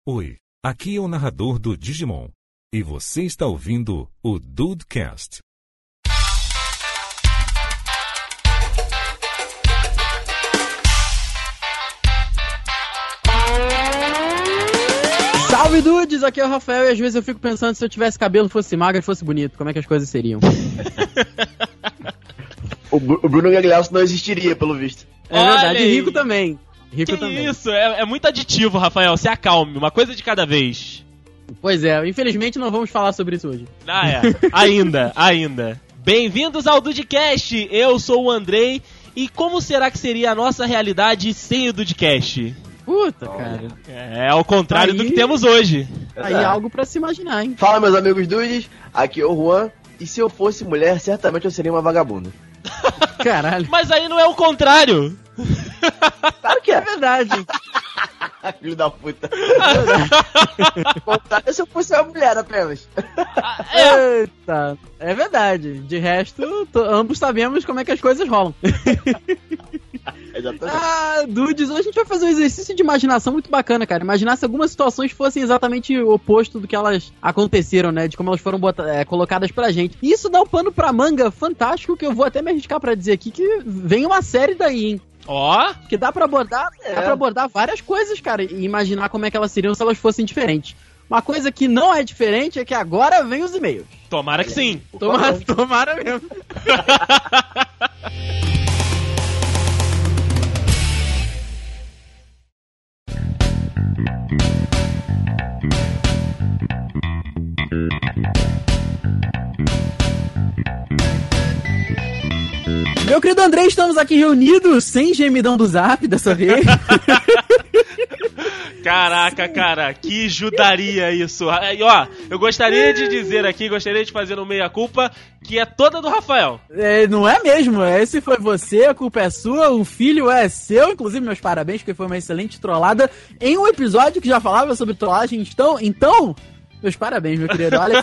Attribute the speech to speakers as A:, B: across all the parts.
A: Oi, aqui é o narrador do Digimon, e você está ouvindo o Dudecast.
B: Salve dudes, aqui é o Rafael e às vezes eu fico pensando se eu tivesse cabelo, fosse magro e fosse bonito, como é que as coisas seriam?
C: O Bruno Gagliasso não existiria, pelo visto.
B: É verdade, e rico também. Rico
D: que
B: também.
D: Isso, é muito aditivo, Rafael, se acalme, uma coisa de cada vez.
B: Pois é, infelizmente não vamos falar sobre isso hoje.
D: Ah, é, ainda. Bem-vindos ao Dudecast, eu sou o Andrei, e como será que seria a nossa realidade sem o Dudecast?
B: Puta, cara.
D: É ao contrário
B: Aí-
D: do que temos hoje.
B: Aí é algo pra se imaginar, hein?
C: Fala, meus amigos dudes, aqui é o Juan, e se eu fosse mulher, certamente eu seria uma vagabunda.
B: Caralho.
D: Mas aí não é o contrário.
C: Claro que
B: É
C: é.
B: verdade.
C: Filho da puta. Contar se eu fosse uma mulher apenas.
B: Eita, é verdade. De resto, ambos sabemos como é que as coisas rolam.
C: Exatamente.
B: Ah, dudes, hoje a gente vai fazer um exercício de imaginação muito bacana, cara. Imaginar se algumas situações fossem exatamente o oposto do que elas aconteceram, né? De como elas foram colocadas pra gente. E isso dá um pano pra manga fantástico, que eu vou até me arriscar pra dizer aqui que vem uma série daí, hein?
D: Ó,
B: Que dá pra abordar várias coisas, cara, e imaginar como é que elas seriam se elas fossem diferentes. Uma coisa que não é diferente é que agora vem os e-mails.
D: tomara que sim.
B: Tomara mesmo. Meu querido André, estamos aqui reunidos sem gemidão do Zap dessa vez.
D: Caraca, cara, que judaria isso. E ó, eu gostaria de dizer aqui, gostaria de fazer no meia-culpa, que é toda do Rafael.
B: É, não é mesmo? Esse foi você, a culpa é sua, o filho é seu. Inclusive, meus parabéns, porque foi uma excelente trollada em um episódio que já falava sobre trollagem. Então, meus parabéns, meu querido. Olha,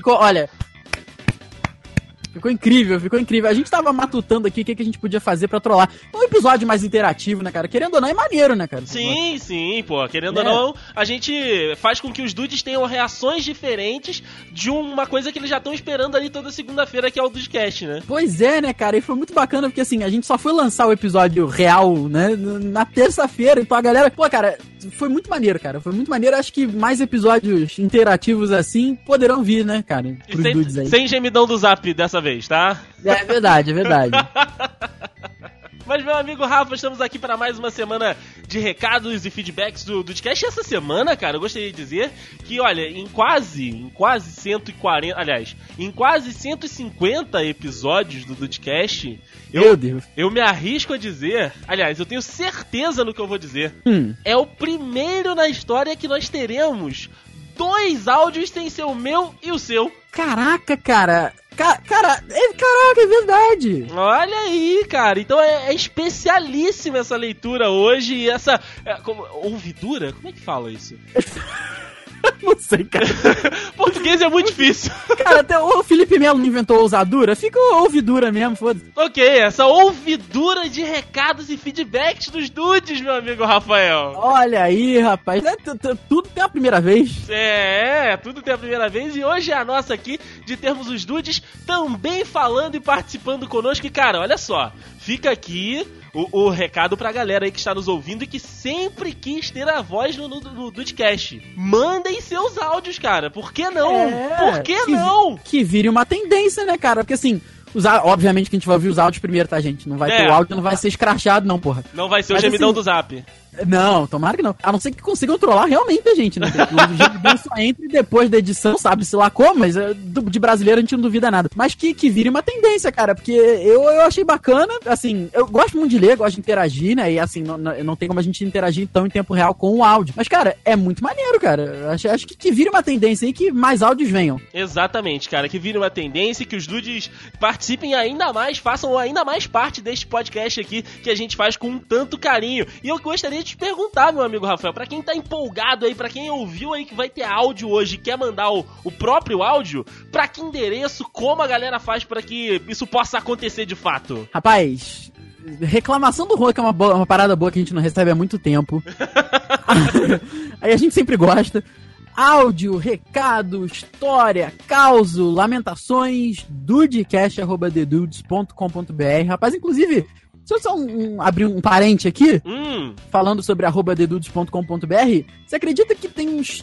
B: ficou incrível. A gente tava matutando aqui o que a gente podia fazer pra trollar. Um episódio mais interativo, né, cara? Querendo ou não, é maneiro, né, cara?
D: Sim, pô, querendo ou não, a gente faz com que os dudes tenham reações diferentes de uma coisa que eles já estão esperando ali toda segunda-feira, que é o Dudecast, né?
B: Pois é, né, cara? E foi muito bacana porque, assim, a gente só foi lançar o episódio real, né, na terça-feira. Então a galera... Pô, cara, foi muito maneiro, cara. Foi muito maneiro. Acho que mais episódios interativos assim poderão vir, né, cara?
D: E
B: Pros dudes aí.
D: sem gemidão do Zap dessa vez, tá?
B: É verdade, é verdade.
D: Mas, meu amigo Rafa, estamos aqui para mais uma semana de recados e feedbacks do Dudecast. E essa semana, cara, eu gostaria de dizer que, olha, em quase 140, aliás, em quase 150 episódios do Dudecast,
B: Meu Deus.
D: eu me arrisco a dizer, aliás, eu tenho certeza no que eu vou dizer, é o primeiro na história que nós teremos 2 áudios sem ser o meu e o seu.
B: Caraca, cara. Caraca, é verdade.
D: Olha aí, cara. Então é especialíssima essa leitura hoje e essa... ouvidura? Como é que fala isso?
B: Não sei, cara.
D: Português é muito difícil.
B: Cara, até o Felipe Melo não inventou ousadura, fica ouvidura mesmo, foda-se.
D: Ok, essa ouvidura de recados e feedbacks dos dudes, meu amigo Rafael.
B: Olha aí, rapaz. Tudo tem a primeira vez.
D: Tudo tem a primeira vez e hoje é a nossa aqui de termos os dudes também falando e participando conosco. E, cara, olha só, fica aqui o recado pra galera aí que está nos ouvindo e que sempre quis ter a voz no Dudecast. Mandem seus áudios, cara. Por que não? Por que não?
B: Que vire uma tendência, né, cara? Porque assim, obviamente que a gente vai ouvir os áudios primeiro, tá, gente? Não vai ter o áudio, não vai ser escrachado, não, porra.
D: Não vai ser
B: Mas
D: o gemidão
B: assim,
D: do Zap.
B: Não, tomara que não. A não ser que consigam trollar realmente a gente, né? O gemidão só entra depois da edição, sabe-se lá como, mas de brasileiro a gente não duvida nada. Mas que vire uma tendência, cara, porque eu achei bacana, assim, eu gosto muito de ler, gosto de interagir, né? E assim, não tem como a gente interagir tão em tempo real com o áudio. Mas, cara, é muito maneiro, cara. Acho que vire uma tendência aí que mais áudios venham.
D: Exatamente, cara, que vire uma tendência, que os dudes participem ainda mais, façam ainda mais parte deste podcast aqui que a gente faz com tanto carinho. E eu gostaria de te perguntar, meu amigo Rafael, pra quem tá empolgado aí, pra quem ouviu aí que vai ter áudio hoje e quer mandar o próprio áudio, pra que endereço, como a galera faz pra que isso possa acontecer de fato?
B: Rapaz, reclamação do Juan, que é uma parada boa que a gente não recebe há muito tempo. Aí a gente sempre gosta. Áudio, recado, história, causo, lamentações, dudecast@thedudes.com.br. Rapaz, inclusive, se eu só abrir um parente aqui, falando sobre @thedudes.com.br, você acredita que tem uns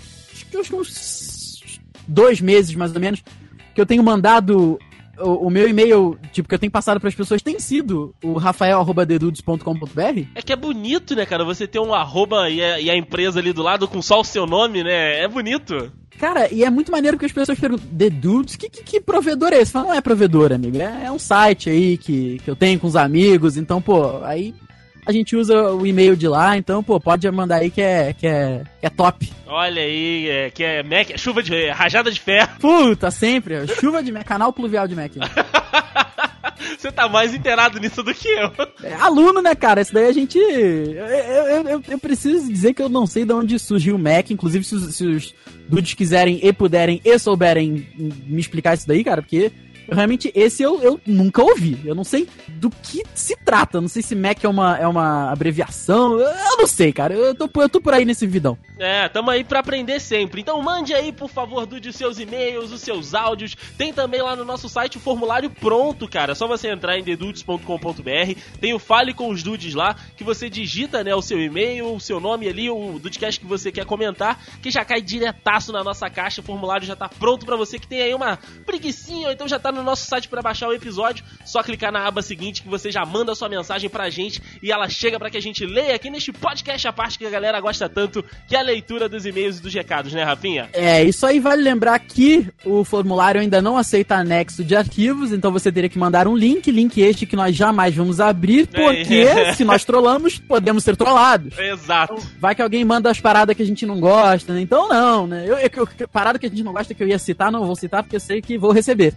B: 2 meses, mais ou menos, que eu tenho mandado o meu e-mail, tipo, que eu tenho passado pras pessoas, tem sido o rafael@thedudes.com.br?
D: É que é bonito, né, cara? Você ter um arroba e a empresa ali do lado com só o seu nome, né? É bonito.
B: Cara, e é muito maneiro que as pessoas perguntam, The Dudes, que provedor é esse? Fala, não é provedor, amigo, é um site aí que eu tenho com os amigos, então, pô, aí a gente usa o e-mail de lá, então, pô, pode mandar aí que é top.
D: Olha aí, que é Mac, chuva de rajada de ferro.
B: Puta, sempre, chuva de Mac, canal pluvial de Mac.
D: Você tá mais inteirado nisso do que eu.
B: É aluno, né, cara? Isso daí a gente... Eu preciso dizer que eu não sei de onde surgiu o Mac, inclusive se os dudes quiserem e puderem e souberem me explicar isso daí, cara, porque... Realmente, esse eu nunca ouvi. Eu não sei do que se trata. Eu não sei se Mac é uma abreviação. Eu não sei, cara. Eu tô por aí nesse vidão.
D: Tamo aí pra aprender sempre. Então mande aí, por favor, Dude, os seus e-mails, os seus áudios. Tem também lá no nosso site o formulário pronto, cara. É só você entrar em thedudes.com.br. Tem o Fale com os Dudes lá, que você digita, né, o seu e-mail, o seu nome ali, o Dudecast que você quer comentar, que já cai diretaço na nossa caixa. O formulário já tá pronto pra você que tem aí uma preguicinha, ou então já tá no nosso site para baixar o episódio, só clicar na aba seguinte que você já manda a sua mensagem pra gente e ela chega pra que a gente leia aqui neste podcast à parte que a galera gosta tanto, que é a leitura dos e-mails e dos recados, né, Rafinha?
B: Isso aí vale lembrar que o formulário ainda não aceita anexo de arquivos, então você teria que mandar um link este que nós jamais vamos abrir, porque se nós trollamos, podemos ser trollados.
D: Exato.
B: Então, vai que alguém manda as paradas que a gente não gosta, né? Então não, né? Parada que a gente não gosta que eu ia citar, não vou citar porque eu sei que vou receber.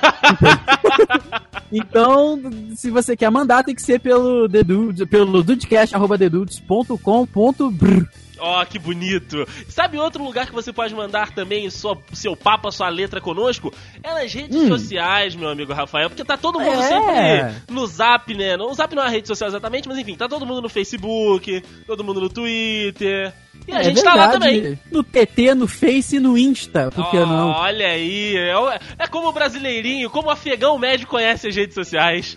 B: Então, se você quer mandar, tem que ser pelo dudecast@thedudes.com.br.
D: Ó, que bonito. Sabe outro lugar que você pode mandar também seu papo, a sua letra conosco? É nas redes sociais, meu amigo Rafael, porque tá todo mundo sempre no Zap, né? O Zap não é uma rede social exatamente, mas enfim, tá todo mundo no Facebook, todo mundo no Twitter. E a gente tá lá também.
B: No TT, no Face e no Insta, por que não?
D: Olha aí, é como o brasileirinho, como o afegão médio conhece as redes sociais.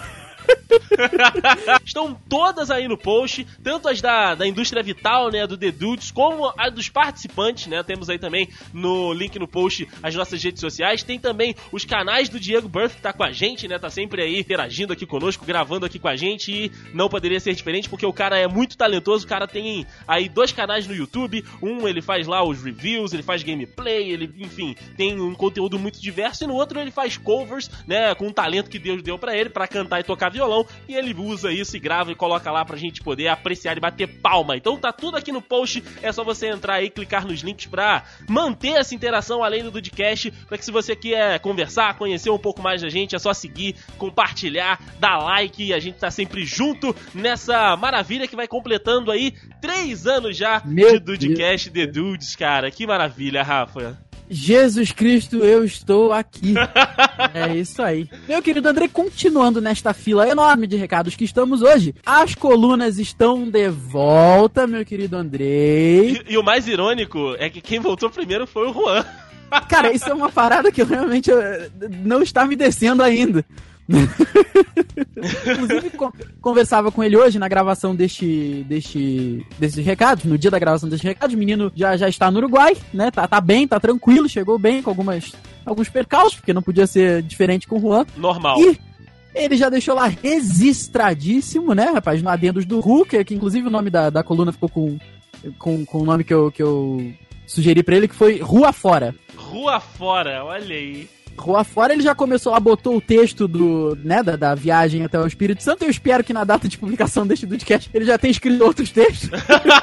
D: Estão todas aí no post, tanto as da indústria vital, né, do The Dudes, como as dos participantes, né, temos aí também no link no post as nossas redes sociais, tem também os canais do Diego Burff, que tá com a gente, né, tá sempre aí interagindo aqui conosco, gravando aqui com a gente, e não poderia ser diferente, porque o cara é muito talentoso, o cara tem aí 2 canais no YouTube, ele faz lá os reviews, ele faz gameplay, ele, enfim, tem um conteúdo muito diverso, e no outro ele faz covers, né, com um talento que Deus deu pra ele, pra cantar e tocar violão, e ele usa isso e grava e coloca lá pra gente poder apreciar e bater palma. Então tá tudo aqui no post, é só você entrar aí e clicar nos links pra manter essa interação além do Dudecast, pra que se você quer conversar, conhecer um pouco mais da gente, é só seguir, compartilhar, dar like, e a gente tá sempre junto nessa maravilha que vai completando aí 3 anos já de Dudecast The Dudes, cara. Que maravilha, Rafa.
B: Jesus Cristo, eu estou aqui. É isso aí. Meu querido Andrei, continuando nesta fila enorme de recados que estamos hoje, as colunas estão de volta, meu querido Andrei.
D: E o mais irônico é que quem voltou primeiro foi o Juan.
B: Cara, isso é uma parada que eu realmente não está me descendo ainda. Inclusive, conversava com ele hoje na gravação desses recados, no dia da gravação desses recados. O menino já está no Uruguai, né? Tá bem, tá tranquilo, chegou bem com alguns percalços, porque não podia ser diferente com o Juan.
D: Normal.
B: E ele já deixou lá registradíssimo, né, rapaz, no Adendos do Hooker, que inclusive o nome da coluna ficou com o nome que eu sugeri pra ele, que foi Rua Fora.
D: Rua Fora, olha aí.
B: Rua Fora, ele já começou lá, botou o texto da viagem até o Espírito Santo. Eu espero que na data de publicação deste podcast ele já tenha escrito outros textos.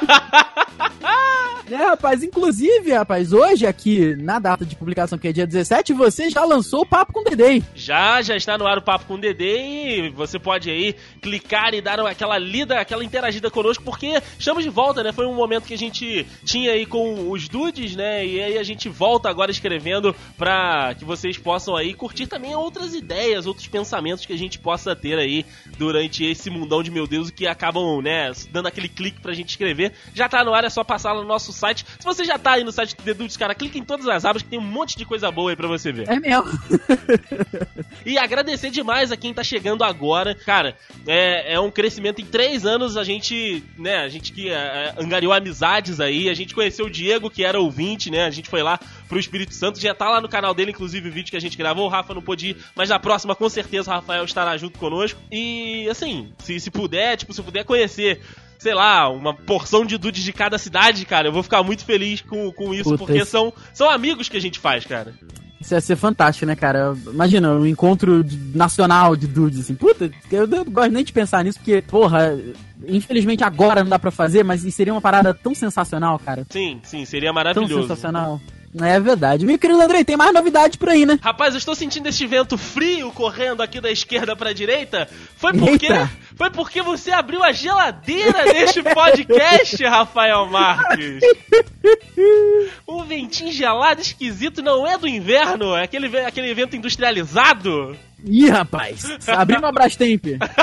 B: Rapaz, inclusive, hoje aqui, na data de publicação, que é dia 17, você já lançou o Papo com o Dedê.
D: Já está no ar o Papo com o Dedê e você pode aí clicar e dar aquela lida, aquela interagida conosco, porque estamos de volta, né? Foi um momento que a gente tinha aí com os dudes, né? E aí a gente volta agora escrevendo pra que vocês possam aí curtir também outras ideias, outros pensamentos que a gente possa ter aí durante esse mundão de meu Deus que acabam, né, dando aquele clique pra gente escrever. Já tá no ar, é só passar lá no nosso site. Se você já tá aí no site do The Dudes, cara, clica em todas as abas que tem um monte de coisa boa aí pra você ver.
B: É mesmo.
D: E agradecer demais a quem tá chegando agora. Cara, é um crescimento em 3 anos. A gente que angariou amizades aí. A gente conheceu o Diego, que era ouvinte, né? A gente foi lá pro Espírito Santo. Já tá lá no canal dele, inclusive, o vídeo que a gente gravou. O Rafa não pôde ir, mas na próxima, com certeza, o Rafael estará junto conosco. E, assim, se puder, se eu puder conhecer, sei lá, uma porção de dudes de cada cidade, cara, eu vou ficar muito feliz com isso. Puta, porque são amigos que a gente faz, cara.
B: Isso ia ser fantástico, né, cara? Imagina, um encontro nacional de dudes, assim. Puta, eu não gosto nem de pensar nisso, porque, porra, infelizmente agora não dá pra fazer, mas seria uma parada tão sensacional, cara.
D: Sim, seria maravilhoso.
B: Tão sensacional. É verdade. Meu querido Andrei, tem mais novidade por aí, né?
D: Rapaz, eu estou sentindo este vento frio correndo aqui da esquerda pra direita. Foi porque você abriu a geladeira deste podcast, Rafael Marques. Um ventinho gelado esquisito, não é do inverno, é aquele vento industrializado.
B: Ih, rapaz, abriu uma Brastemp.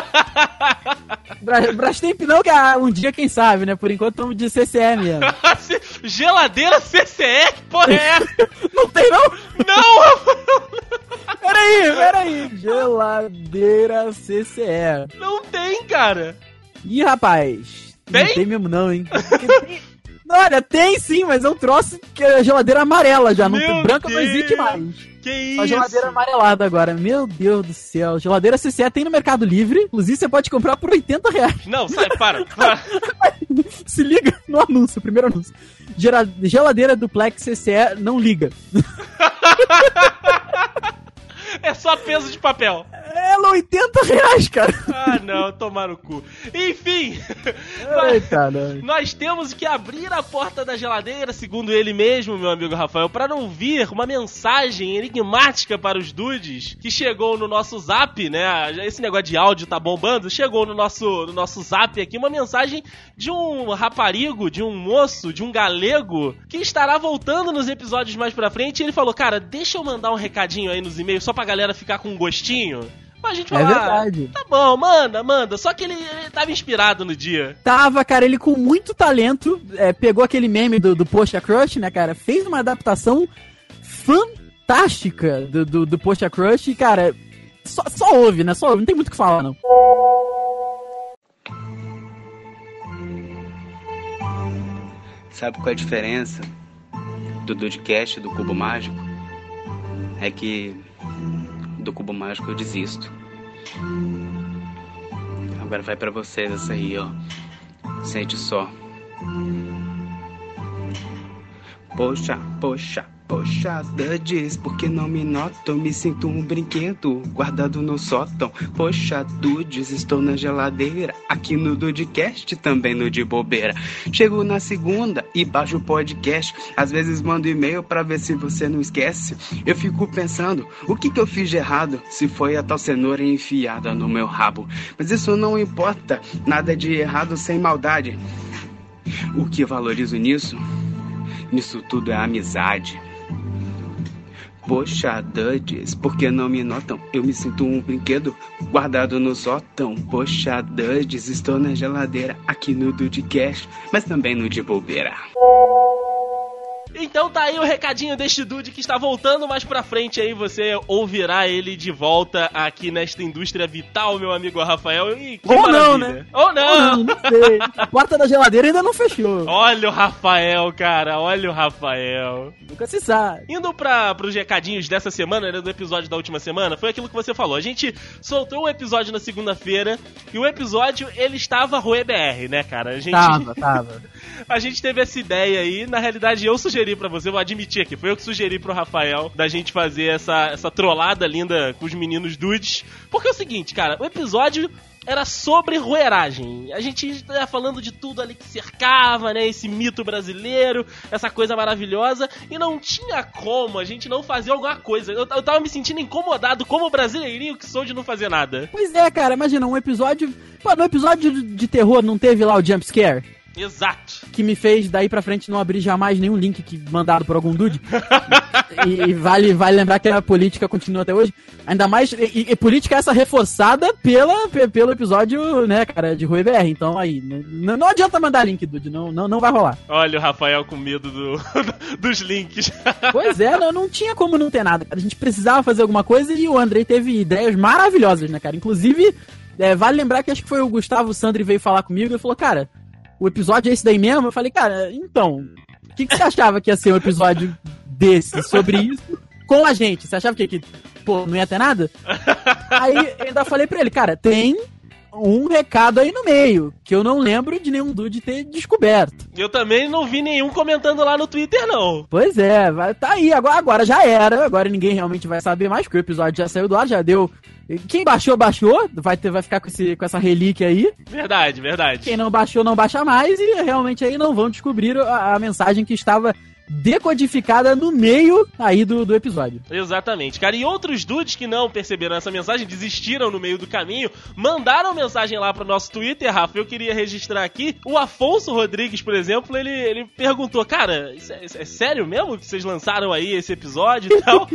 B: Brastemp não, que um dia quem sabe, né? Por enquanto estamos de CCE mesmo.
D: Geladeira CCE? Que porra é essa?
B: Não tem não?
D: Não!
B: Peraí. Geladeira CCE.
D: Não tem, cara.
B: Ih, rapaz.
D: Tem?
B: Não tem mesmo não, hein? Olha, tem sim, mas é um troço que é geladeira amarela já. Não, branca não existe mais.
D: Que isso?
B: Só geladeira amarelada agora. Meu Deus do céu. Geladeira CCE tem no Mercado Livre. Inclusive, você pode comprar por R$80.
D: Não, sai, para.
B: Se liga no anúncio, primeiro anúncio. Geladeira duplex CCE não liga.
D: É só peso de papel.
B: Ela R$80, cara.
D: Ah, não, tomar no cu. Enfim, nós temos que abrir a porta da geladeira, segundo ele mesmo, meu amigo Rafael, para não vir uma mensagem enigmática para os dudes que chegou no nosso zap, né? Esse negócio de áudio tá bombando. Chegou no nosso zap aqui uma mensagem de um raparigo, de um moço, de um galego que estará voltando nos episódios mais pra frente. E ele falou, cara, deixa eu mandar um recadinho aí nos e-mails só pra galera ficar com um gostinho. A gente falar,
B: verdade.
D: Tá bom, manda. Só que ele tava inspirado no dia.
B: Tava, cara, ele com muito talento, pegou aquele meme do Poxa Crush, né, cara? Fez uma adaptação fantástica do Poxa Crush e, cara, só ouve, né? Só ouve, não tem muito o que falar, não.
E: Sabe qual é a diferença do Dudecast e do Cubo Mágico? É que do Cubo Mágico eu desisto. Agora vai pra vocês essa aí, ó. Sente só. Poxa, Dudes, porque não me notam? Me sinto um brinquedo guardado no sótão. Poxa, Dudes, estou na geladeira. Aqui no Dudecast, também no De Bobeira. Chego na segunda e baixo o podcast. Às vezes mando e-mail pra ver se você não esquece. Eu fico pensando, o que eu fiz de errado? Se foi a tal cenoura enfiada no meu rabo. Mas isso não importa, nada de errado sem maldade. O que eu valorizo nisso tudo é a amizade. Poxa, Dudes, porque não me notam? Eu me sinto um brinquedo guardado no sótão. Poxa, Dudes, estou na geladeira, aqui no Dudecast, mas também no De Bobeira.
D: Então tá aí o recadinho deste dude que está voltando mais pra frente aí, você ouvirá ele de volta aqui nesta indústria vital, meu amigo Rafael. E que
B: ou
D: maravilha.
B: Não, né?
D: Ou não!
B: Não sei. A porta da geladeira ainda não fechou.
D: Olha o Rafael, cara, olha o Rafael.
B: Nunca se sabe.
D: Indo pros recadinhos dessa semana, né, do episódio da última semana, foi aquilo que você falou. A gente soltou um episódio na segunda-feira e o episódio, ele estava RueBR, né, cara? A gente...
B: Tava.
D: A gente teve essa ideia aí, na realidade eu sugeri pra você, vou admitir aqui, foi eu que sugeri pro Rafael da gente fazer essa trollada linda com os meninos dudes, porque é o seguinte, cara, o episódio era sobre roeragem. A gente tá falando de tudo ali que cercava, né, esse mito brasileiro, essa coisa maravilhosa, e não tinha como a gente não fazer alguma coisa. Eu tava me sentindo incomodado como brasileirinho que sou de não fazer nada.
B: Pois é, cara, imagina, um episódio... Pô, no episódio de terror não teve lá o jumpscare?
D: Exato.
B: Que me fez, daí pra frente, não abrir jamais nenhum link mandado por algum dude. E vale lembrar que a política continua até hoje. Ainda mais, e política essa reforçada pelo episódio, né, cara, de Rui BR. Então aí, não adianta mandar link, dude, não vai rolar.
D: Olha o Rafael com medo dos links.
B: Pois é, não tinha como não ter nada, cara. A gente precisava fazer alguma coisa e o Andrei teve ideias maravilhosas, né, cara? Inclusive, vale lembrar que acho que foi o Gustavo Sandri veio falar comigo e falou, cara, o episódio é esse daí mesmo? Eu falei, cara, então, o que você achava que ia ser um episódio desse, sobre isso, com a gente? Você achava que pô, não ia ter nada? Aí eu ainda falei pra ele, cara, tem um recado aí no meio, que eu não lembro de nenhum dude ter descoberto.
D: Eu também não vi nenhum comentando lá no Twitter, não.
B: Pois é, tá aí, agora já era, agora ninguém realmente vai saber mais, porque o episódio já saiu do ar, já deu. Quem baixou, vai ficar com essa relíquia aí.
D: Verdade.
B: Quem não baixou, não baixa mais, e realmente aí não vão descobrir a mensagem que estava decodificada no meio aí do episódio.
D: Exatamente, cara. E outros dudes que não perceberam essa mensagem, desistiram no meio do caminho, mandaram mensagem lá pro nosso Twitter, Rafa. Eu queria registrar aqui. O Afonso Rodrigues, por exemplo, ele perguntou, cara, é sério mesmo que vocês lançaram aí esse episódio e tal?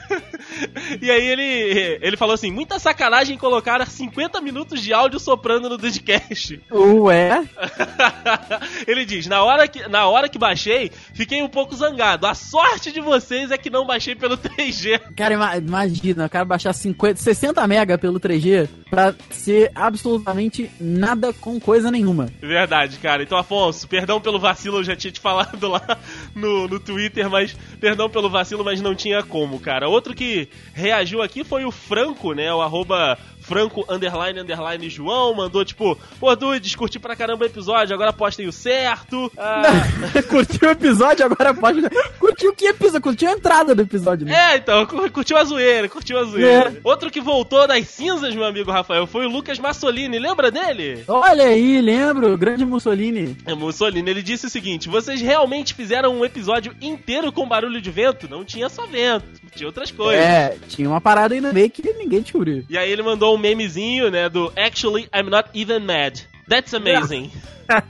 D: E aí ele falou assim, muita sacanagem colocar 50 minutos de áudio soprando no Dudecast.
B: Ué?
D: Ele diz, na hora que baixei, fiquei um pouco zangado. A sorte de vocês é que não baixei pelo 3G.
B: Cara, imagina, eu quero baixar 60 mega pelo 3G pra ser absolutamente nada com coisa nenhuma.
D: Verdade, cara. Então, Afonso, perdão pelo vacilo, eu já tinha te falado lá no Twitter, mas perdão pelo vacilo, mas não tinha como, cara. Outro que reagiu aqui foi o Franco, né, o @Franco _ João, mandou tipo, pô, Dudes, curti pra caramba o episódio, agora postem o certo.
B: Curtiu o episódio, agora pode. Curtiu que episódio? Curtiu a entrada do episódio, né?
D: Então, curtiu a zoeira. Outro que voltou das cinzas, meu amigo Rafael, foi o Lucas Massolini, lembra dele?
B: Olha aí, lembro, grande Mussolini.
D: Mussolini, ele disse o seguinte, vocês realmente fizeram um episódio inteiro com barulho de vento? Não tinha só vento, tinha outras coisas.
B: Tinha uma parada aí no meio que ninguém descobriu.
D: E aí ele mandou um memezinho, né, do Actually, I'm not even mad. That's amazing.
B: Tá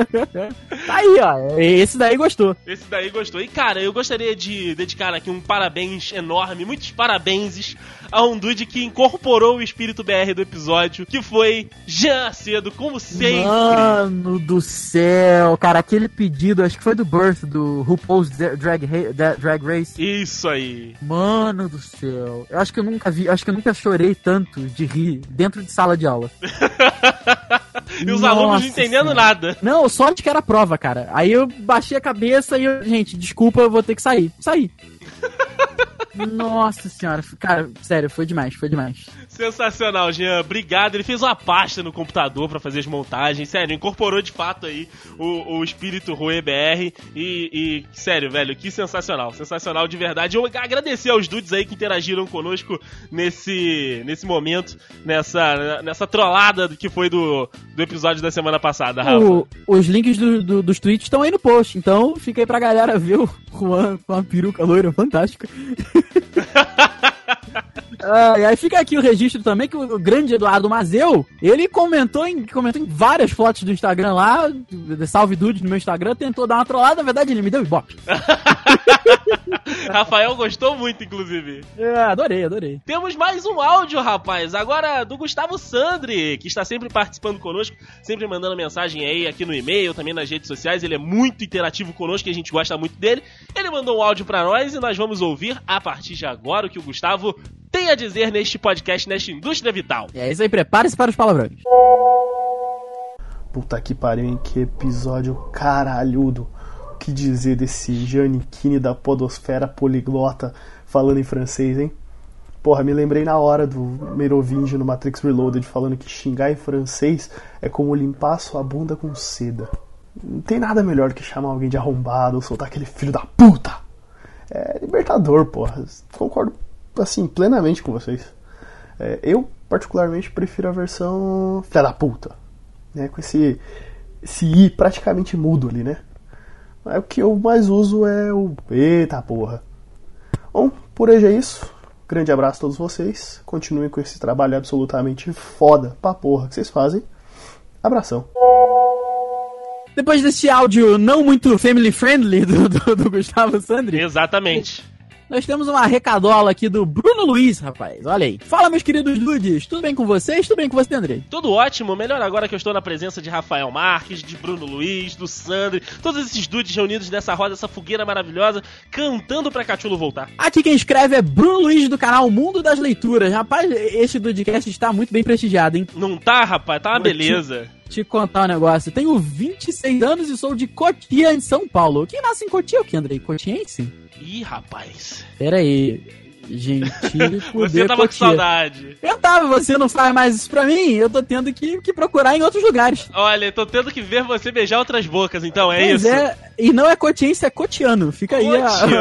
B: aí, ó. Esse daí gostou.
D: E, cara, eu gostaria de dedicar aqui um parabéns enorme, muitos parabéns a um dude que incorporou o espírito BR do episódio, que foi Jean Acedo, como sempre.
B: Mano do céu, cara, aquele pedido, acho que foi do Birth, do RuPaul's Drag Race.
D: Isso aí.
B: Mano do céu. Eu acho que eu nunca chorei tanto de rir dentro de sala de aula.
D: E os alunos não entendendo nada.
B: Não, sorte que era prova, cara. Aí eu baixei a cabeça e gente, desculpa, eu vou ter que sair. Saí. Nossa senhora, cara, sério, foi demais.
D: Sensacional, Jean, obrigado. Ele fez uma pasta no computador pra fazer as montagens, sério, incorporou de fato aí o espírito Rui BR e sério, velho, que sensacional de verdade. Eu agradecer aos dudes aí que interagiram conosco nesse momento, nessa trollada que foi do episódio da semana passada, Rafa.
B: Os links dos tweets estão aí no post, então fica aí pra galera ver o Juan com a peruca loira fantástica. Aí fica aqui o registro também que o grande Eduardo Mazeu, ele comentou em várias fotos do Instagram lá, salve dude no meu Instagram, tentou dar uma trollada, na verdade ele me deu ibope.
D: Rafael gostou muito, inclusive.
B: Adorei.
D: Temos mais um áudio, rapaz, agora do Gustavo Sandri, que está sempre participando conosco, sempre mandando mensagem aí aqui no e-mail, também nas redes sociais, ele é muito interativo conosco e a gente gosta muito dele. Ele mandou um áudio pra nós e nós vamos ouvir a partir de agora o que o Gustavo tem a dizer neste podcast, nesta indústria vital.
B: É isso aí, prepare-se para os palavrões.
F: Puta que pariu, hein? Que episódio caralhudo. O que dizer desse Giannichini da podosfera poliglota falando em francês, hein? Porra, me lembrei na hora do Merovingio no Matrix Reloaded falando que xingar em francês é como limpar sua bunda com seda. Não tem nada melhor que chamar alguém de arrombado ou soltar aquele filho da puta. É libertador, porra. Concordo, assim, plenamente com vocês. Eu, particularmente, prefiro a versão filha da puta, né? Com esse I praticamente mudo ali, né? O que eu mais uso é o eita porra. Bom, por hoje é isso. Grande abraço a todos vocês. Continuem com esse trabalho absolutamente foda pra porra que vocês fazem. Abração.
B: Depois desse áudio não muito family friendly do Gustavo Sandri,
D: Exatamente.
B: nós temos uma recadola aqui do Bruno Luiz, rapaz. Olha aí. Fala, meus queridos dudes. Tudo bem com vocês? Tudo bem com você, Andrei?
D: Tudo ótimo, melhor agora que eu estou na presença de Rafael Marques, de Bruno Luiz, do Sandri, todos esses dudes reunidos nessa roda, essa fogueira maravilhosa, cantando pra Cachulo voltar.
B: Aqui quem escreve é Bruno Luiz, do canal Mundo das Leituras. Rapaz, esse Dudecast está muito bem prestigiado, hein?
D: Não tá, rapaz? Tá uma beleza.
B: Te contar um negócio. Tenho 26 anos e sou de Cotia, em São Paulo. Quem nasce em Cotia é o que, Andrei? Cotiense?
D: Ih, rapaz.
B: Pera aí. Gente,
D: Você tava com saudade.
B: Eu tava, você não faz mais isso pra mim, eu tô tendo que procurar em outros lugares.
D: Olha, tô tendo que ver você beijar outras bocas, então, é
B: Pois
D: isso?
B: É, e não é cotiense, é cotiano. Fica aí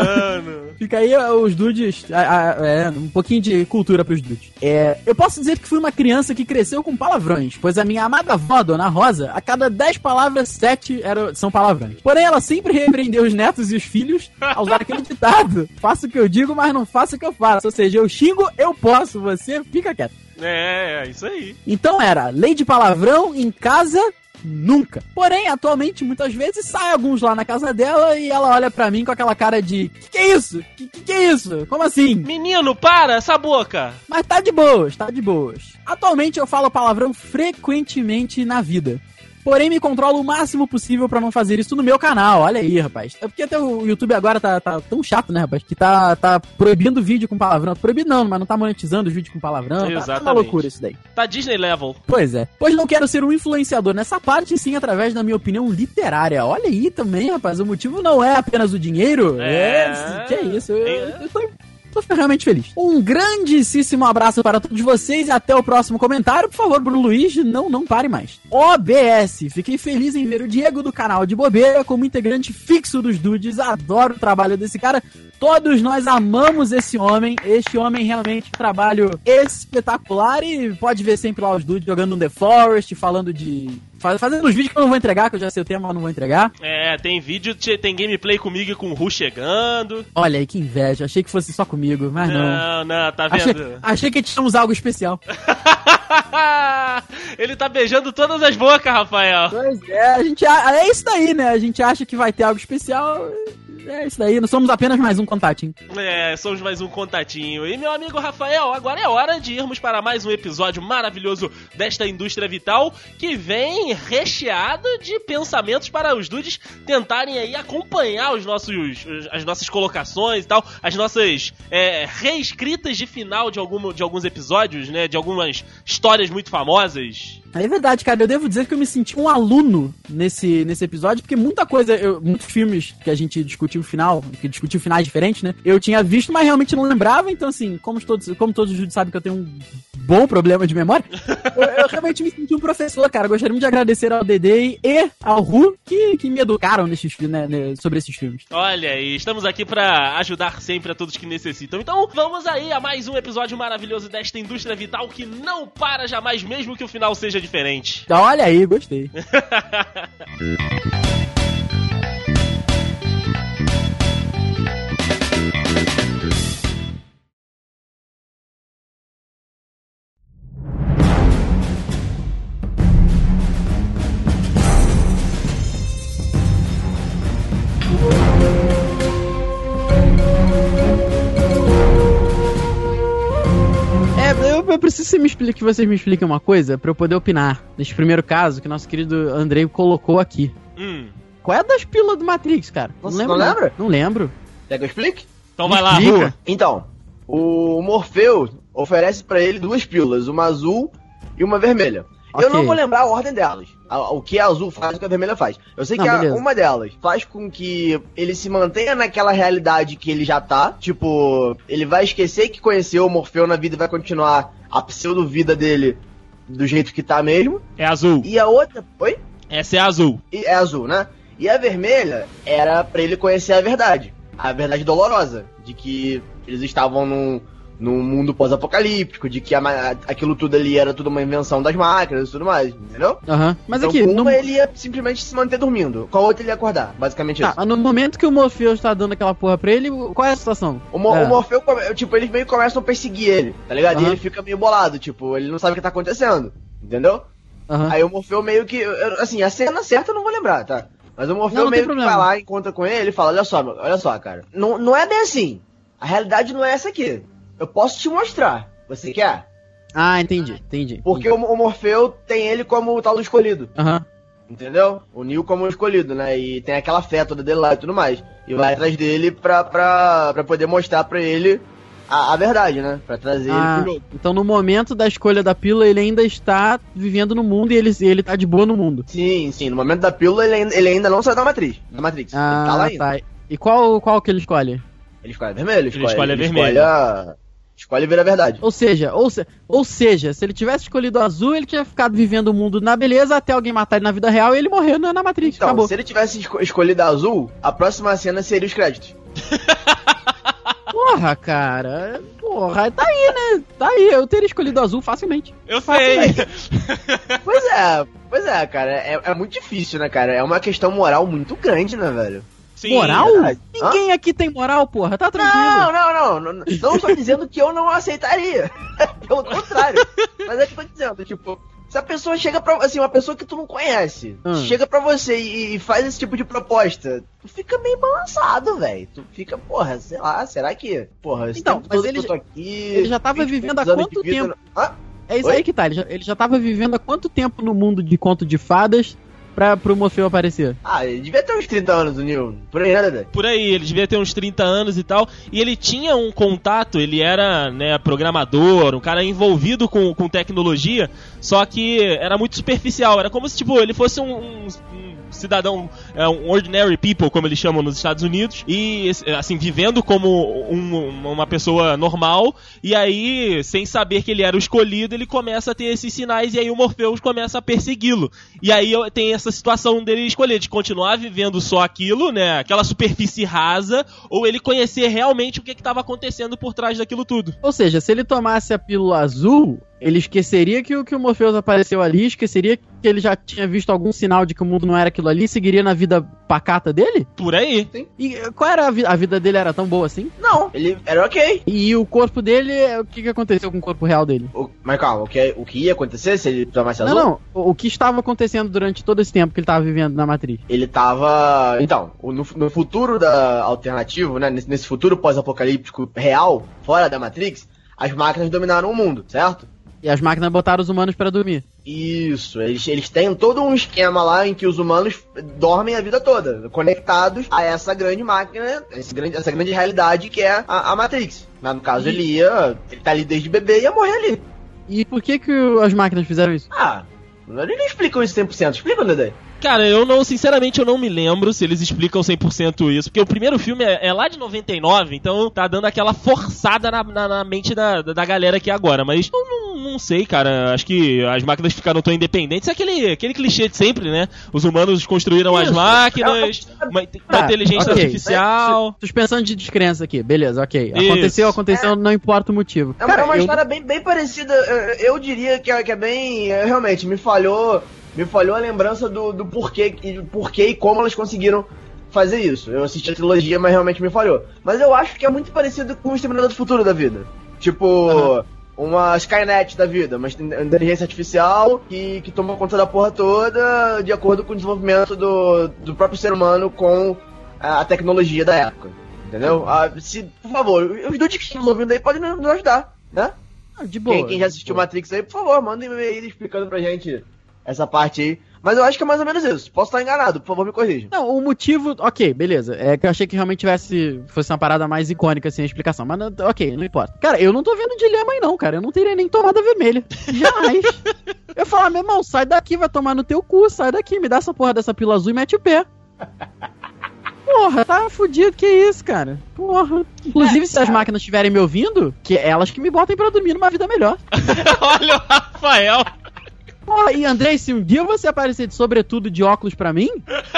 B: fica aí os dudes, um pouquinho de cultura pros dudes. Eu posso dizer que fui uma criança que cresceu com palavrões, pois a minha amada avó, Dona Rosa, a cada 10 palavras, 7 são palavrões. Porém, ela sempre repreendeu os netos e os filhos a usar aquele ditado: faço o que eu digo, mas não faço o que eu faço. Ou seja, eu xingo, eu posso, você fica quieto.
D: É isso aí.
B: Então era lei de palavrão em casa, nunca. Porém, atualmente, muitas vezes, sai alguns lá na casa dela e ela olha pra mim com aquela cara de: que é isso? Que é isso? Como assim?
D: Menino, para essa boca!
B: Mas tá de boas, tá de boas. Atualmente eu falo palavrão frequentemente na vida. Porém, me controlo o máximo possível pra não fazer isso no meu canal. Olha aí, rapaz. É porque até o YouTube agora tá tão chato, né, rapaz? Que tá proibindo vídeo com palavrão. Proibindo não, mas não tá monetizando os vídeos com palavrão. Tá uma loucura isso daí.
D: Tá Disney level.
B: Pois é. Pois não quero ser um influenciador nessa parte, sim através da minha opinião literária. Olha aí também, rapaz. O motivo não é apenas o dinheiro. Que é isso. Eu tô realmente feliz. Um grandíssimo abraço para todos vocês e até o próximo comentário. Por favor, Bruno Luiz, não pare mais. OBS, fiquei feliz em ver o Diego do canal de Bobeira como integrante fixo dos dudes. Adoro o trabalho desse cara. Todos nós amamos esse homem. Este homem realmente um trabalho espetacular e pode ver sempre lá os dudes jogando um The Forest, falando de... fazendo os vídeos que eu não vou entregar, que eu já sei o tema, mas não vou entregar.
D: Tem vídeo, tem gameplay comigo e com o Ru chegando.
B: Olha aí, que inveja. Achei que fosse só comigo, mas não.
D: Não, tá vendo?
B: Achei que tínhamos algo especial.
D: Ele tá beijando todas as bocas, Rafael.
B: Pois é, é isso daí, né? A gente acha que vai ter algo especial... É isso daí, nós somos apenas mais um contatinho.
D: Somos mais um contatinho. E meu amigo Rafael, agora é hora de irmos para mais um episódio maravilhoso desta indústria vital, que vem recheado de pensamentos para os dudes tentarem aí acompanhar as nossas colocações e tal, as nossas reescritas de final de alguns episódios, né, de algumas histórias muito famosas.
B: É verdade, cara, eu devo dizer que eu me senti um aluno nesse episódio, porque muita coisa, muitos filmes que a gente discutiu finais diferentes, né, eu tinha visto, mas realmente não lembrava, então assim, como todos os judeus sabem que eu tenho um bom problema de memória, eu realmente me senti um professor, cara. Gostaria de agradecer ao Dedê e ao Ru que me educaram sobre esses filmes.
D: Olha aí, estamos aqui pra ajudar sempre a todos que necessitam. Então vamos aí a mais um episódio maravilhoso desta indústria vital que não para jamais, mesmo que o final seja diferente.
B: Olha aí, gostei. Eu preciso que vocês me expliquem uma coisa pra eu poder opinar nesse primeiro caso que nosso querido Andrei colocou aqui. Qual é a das pílulas do Matrix, cara?
C: Você não lembra?
B: Não lembro.
C: Quer que eu explique?
D: Então vai lá,
B: Ru.
C: Então, o Morfeu oferece pra ele 2 pílulas, uma azul e uma vermelha.
B: Okay.
C: Eu não vou lembrar a ordem delas. O que a azul faz e o que a vermelha faz. Eu sei que uma delas faz com que ele se mantenha naquela realidade que ele já tá. Tipo, ele vai esquecer que conheceu o Morfeu na vida e vai continuar a pseudo-vida dele do jeito que tá mesmo.
D: É azul.
C: E a outra... Oi?
D: Essa é azul.
C: É azul, né? E a vermelha era pra ele conhecer a verdade. A verdade dolorosa. De que eles estavam num mundo pós-apocalíptico, de que aquilo tudo ali era tudo uma invenção das máquinas e tudo mais, entendeu?
B: Mas
C: então,
B: aqui...
C: com uma ele ia simplesmente se manter dormindo, com a outra ele ia acordar, basicamente isso.
B: Mas no momento que o Morfeu está dando aquela porra pra ele, qual é a situação?
C: O Morfeu, tipo, eles meio que começam a perseguir ele, tá ligado? E ele fica meio bolado, tipo, ele não sabe o que tá acontecendo, entendeu? Aí o Morfeu meio que... assim, a cena certa eu não vou lembrar, tá? Mas o Morfeu meio que vai lá, encontra com ele e fala, olha só, cara. Não é bem assim. A realidade não é essa aqui. Eu posso te mostrar. Você quer?
B: Ah, entendi.
C: Porque o Morfeu tem ele como o tal do escolhido. Entendeu? O Neo como o escolhido, né? E tem aquela fé toda dele lá e tudo mais. E vai atrás dele pra poder mostrar pra ele a verdade, né? Pra trazer ele pro jogo.
B: Então no momento da escolha da pílula, ele ainda está vivendo no mundo e ele tá de boa no mundo.
C: Sim. No momento da pílula, ele ainda não saiu da Matrix. Ele tá lá ainda. Tá.
B: E qual que ele escolhe?
C: Ele escolhe vermelho.
D: Ele escolhe vermelho.
C: Escolhe ver a verdade.
B: Ou seja, se ele tivesse escolhido azul, ele tinha ficado vivendo o mundo na beleza até alguém matar ele na vida real e ele morrer na Matrix.
C: Então,
B: acabou.
C: Se ele tivesse escolhido azul, a próxima cena seria os créditos.
B: Porra, cara. Porra, tá aí, né? Tá aí. Eu teria escolhido azul facilmente.
D: Eu sei.
C: Pois é, cara. É muito difícil, né, cara? É uma questão moral muito grande, né, velho?
B: Sim, moral? Ninguém aqui tem moral, porra. Tá tranquilo.
C: Não estou dizendo que eu não aceitaria. Pelo contrário. Mas é que eu tô dizendo, tipo... Se a pessoa chega pra... assim, uma pessoa que tu não conhece, chega pra você e faz esse tipo de proposta, tu fica meio balançado, velho. Tu fica, porra, sei lá, será que... Porra,
B: então, mas ele já tava vivendo há quanto tempo? É isso aí que tá, ele já tava vivendo há quanto tempo no mundo de conto de fadas pro Morfeu aparecer?
C: Ele devia ter uns 30 anos, o Neo. Por aí, né, Dedé?
D: Por aí, ele devia ter uns 30 anos e tal. E ele tinha um contato, ele era, né, programador, um cara envolvido com tecnologia, só que era muito superficial. Era como se, tipo, ele fosse um cidadão, um ordinary people, como eles chamam nos Estados Unidos, e, assim, vivendo como uma pessoa normal, e aí, sem saber que ele era o escolhido, ele começa a ter esses sinais, e aí o Morpheus começa a persegui-lo. E aí tem essa situação dele escolher de continuar vivendo só aquilo, né, aquela superfície rasa, ou ele conhecer realmente o que estava acontecendo por trás daquilo tudo.
B: Ou seja, se ele tomasse a pílula azul, ele esqueceria que o Morpheus apareceu ali, esqueceria que ele já tinha visto algum sinal de que o mundo não era aquilo ali, seguiria na vida pacata dele?
D: Por aí.
B: Sim. E qual era a vida dele? Era tão boa assim?
C: Não, ele era ok.
B: E o corpo dele, o que aconteceu com o corpo real dele?
C: Mas calma, o que ia acontecer se ele tomasse azul?
B: Não, o que estava acontecendo durante todo esse tempo que ele estava vivendo na Matrix?
C: Ele estava... Então, no futuro alternativo, né, nesse futuro pós-apocalíptico real, fora da Matrix, as máquinas dominaram o mundo, certo?
B: E as máquinas botaram os humanos pra dormir.
C: Isso, eles têm todo um esquema lá em que os humanos dormem a vida toda, conectados a essa grande máquina, essa grande realidade que é a Matrix. Mas no caso ele tá ali desde bebê e ia morrer ali.
B: E por que as máquinas fizeram isso?
C: Eles não explicam isso 100%, explicam, Dedé?
D: Cara, sinceramente eu não me lembro se eles explicam 100% isso, porque o primeiro filme é lá de 99, então tá dando aquela forçada na mente da galera aqui agora, mas eu não sei, cara, acho que as máquinas ficaram tão independentes, é aquele clichê de sempre, né? Os humanos construíram as máquinas, uma inteligência artificial...
B: Suspensão de descrença aqui, beleza, ok. Aconteceu, não importa o motivo.
C: É uma história bem parecida, eu diria que é bem... Realmente, me falhou a lembrança do porquê e como elas conseguiram fazer isso. Eu assisti a trilogia, mas realmente me falhou. Mas eu acho que é muito parecido com o Exterminador do Futuro da vida. Tipo, uma Skynet da vida, uma inteligência artificial que toma conta da porra toda de acordo com o desenvolvimento do próprio ser humano com a tecnologia da época. Entendeu? Por favor, os dudes que estão ouvindo aí podem nos ajudar, né?
B: De boa.
C: Quem já assistiu Matrix aí, por favor, manda um e-mail explicando pra gente essa parte aí. Mas eu acho que é mais ou menos isso. Posso estar enganado, por favor, me corrija.
B: Não, o motivo... Ok, beleza. É que eu achei que realmente fosse uma parada mais icônica, sem explicação. Mas, ok, não importa. Cara, eu não tô vendo dilema aí não, cara. Eu não teria nem tomada vermelha. Jamais. Eu falo, meu irmão, sai daqui, vai tomar no teu cu. Sai daqui, me dá essa porra dessa pílula azul e mete o pé. Porra, tá fudido, que isso, cara? Porra. Inclusive, se as máquinas estiverem me ouvindo, que é elas que me botem pra dormir numa vida melhor.
D: Olha o Rafael.
B: Porra, e Andrei, se um dia você aparecer de sobretudo de óculos pra mim,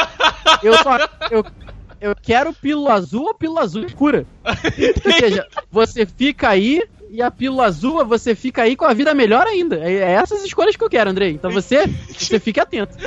B: eu quero pílula azul ou pílula azul escura. Ou seja, você fica aí e a pílula azul, você fica aí com a vida melhor ainda. É essas escolhas que eu quero, Andrei. Então você fique atento.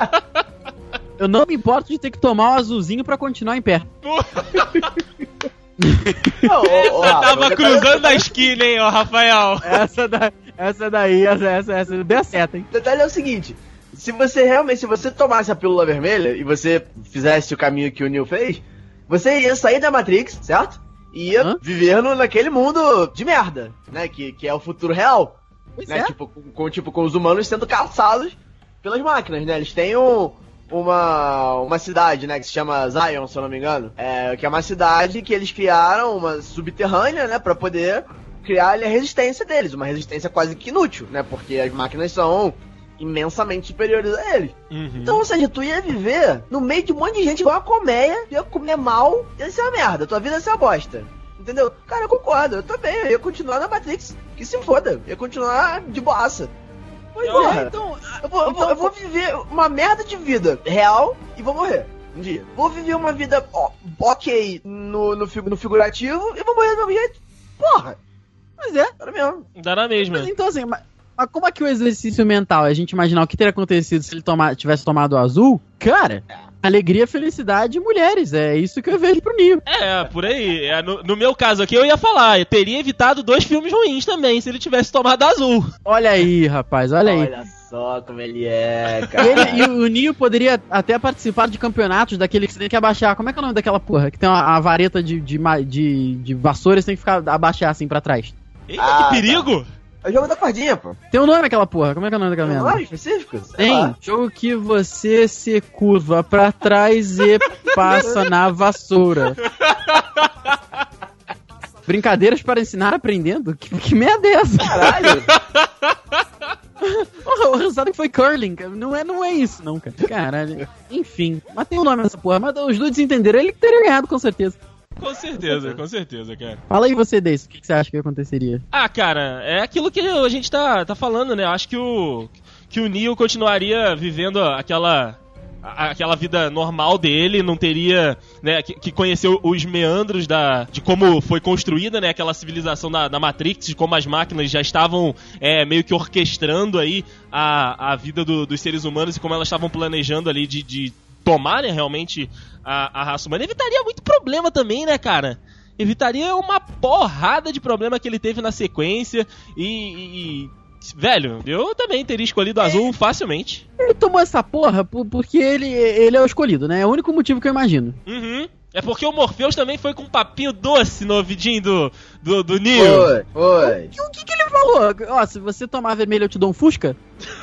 B: Eu não me importo de ter que tomar o azulzinho pra continuar em pé.
D: Tava cruzando a esquina, hein, ó, Rafael.
B: Essa daí deu certo, hein?
C: O detalhe é o seguinte: se você tomasse a pílula vermelha e você fizesse o caminho que o Neo fez, você ia sair da Matrix, certo? E ia viver naquele mundo de merda, né? Que é o futuro real. Né? Com os humanos sendo caçados pelas máquinas, né? Eles têm uma cidade, né, que se chama Zion, se eu não me engano, que é uma cidade que eles criaram, uma subterrânea, né, pra poder criar ali a resistência deles, uma resistência quase que inútil, né, porque as máquinas são imensamente superiores a eles. Então, ou seja, tu ia viver no meio de um monte de gente igual uma colmeia, ia comer mal, ia ser uma merda, tua vida ia ser uma bosta. Entendeu? Cara, eu concordo, eu também, eu ia continuar na Matrix, que se foda, eu ia continuar de boaça. Então, eu vou viver uma merda de vida real e vou morrer um dia. Vou viver uma vida ok no figurativo e vou morrer do mesmo jeito. Porra!
B: Mas é.
D: Dá na mesma.
B: Mas então assim, mas como é que o exercício mental, a gente imaginar o que teria acontecido se ele tivesse tomado o azul? Cara, alegria, felicidade e mulheres. É isso que eu vejo pro Neo.
D: Por aí. No meu caso aqui, eu ia falar. Eu teria evitado 2 filmes ruins também, se ele tivesse tomado azul.
B: Olha aí, rapaz, olha aí.
C: Olha só como ele é, cara.
B: E o Neo poderia até participar de campeonatos daquele que você tem que abaixar. Como é que é o nome daquela porra? Que tem a vareta de vassoura e você tem que ficar abaixar assim pra trás.
D: Eita, que perigo!
C: Tá. É o jogo da cordinha, pô.
B: Tem um nome aquela porra. Como é que é o nome daquela merda?
C: Tem um nome específico?
B: Tem. Jogo que você se curva pra trás e passa na vassoura. Brincadeiras para ensinar aprendendo? Que merda é essa?
C: Caralho!
B: O resultado que foi curling. Não é isso, não, cara. Caralho. Enfim. Mas tem um nome nessa porra. Mas os dudes entenderam. Ele teria ganhado, com certeza.
D: Com certeza, cara.
B: Fala aí você, Deis, o que você acha que aconteceria?
D: Cara, é aquilo que a gente tá falando, né? Eu acho que o Neo continuaria vivendo aquela vida normal dele, não teria, né, que conheceu os meandros de como foi construída, né, aquela civilização da Matrix, de como as máquinas já estavam meio que orquestrando aí a vida dos seres humanos e como elas estavam planejando ali de tomar, né, realmente a raça humana. Evitaria muito problema também, né, cara? Evitaria uma porrada de problema que ele teve na sequência velho, eu também teria escolhido o azul facilmente.
B: Ele tomou essa porra porque ele é o escolhido, né? É o único motivo que eu imagino.
D: É porque o Morpheus também foi com um papinho doce no ouvidinho do Neo.
C: Foi.
B: O que ele falou? Ó, se você tomar vermelho eu te dou um Fusca?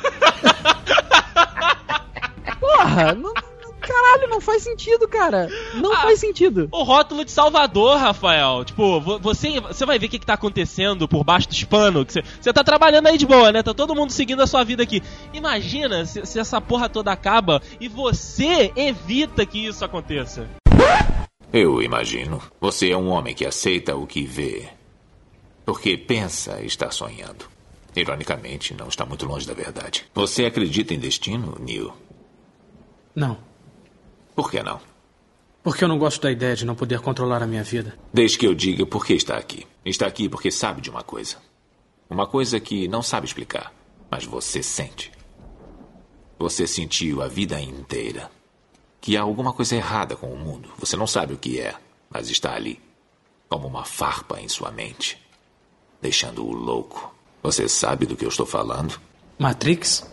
B: Porra, caralho, não faz sentido, cara. Não faz sentido.
D: O rótulo de Salvador, Rafael. Tipo, você vai ver o que tá acontecendo por baixo dos panos. Você tá trabalhando aí de boa, né? Tá todo mundo seguindo a sua vida aqui. Imagina se essa porra toda acaba e você evita que isso aconteça.
G: Eu imagino. Você é um homem que aceita o que vê. Porque pensa estar sonhando. Ironicamente, não está muito longe da verdade. Você acredita em destino, Neo?
E: Não.
G: Por que não?
E: Porque eu não gosto da ideia de não poder controlar a minha vida.
G: Deixe que eu diga por que está aqui. Está aqui porque sabe de uma coisa. Uma coisa que não sabe explicar, mas você sente. Você sentiu a vida inteira que há alguma coisa errada com o mundo. Você não sabe o que é, mas está ali, como uma farpa em sua mente, deixando-o louco. Você sabe do que eu estou falando?
E: Matrix?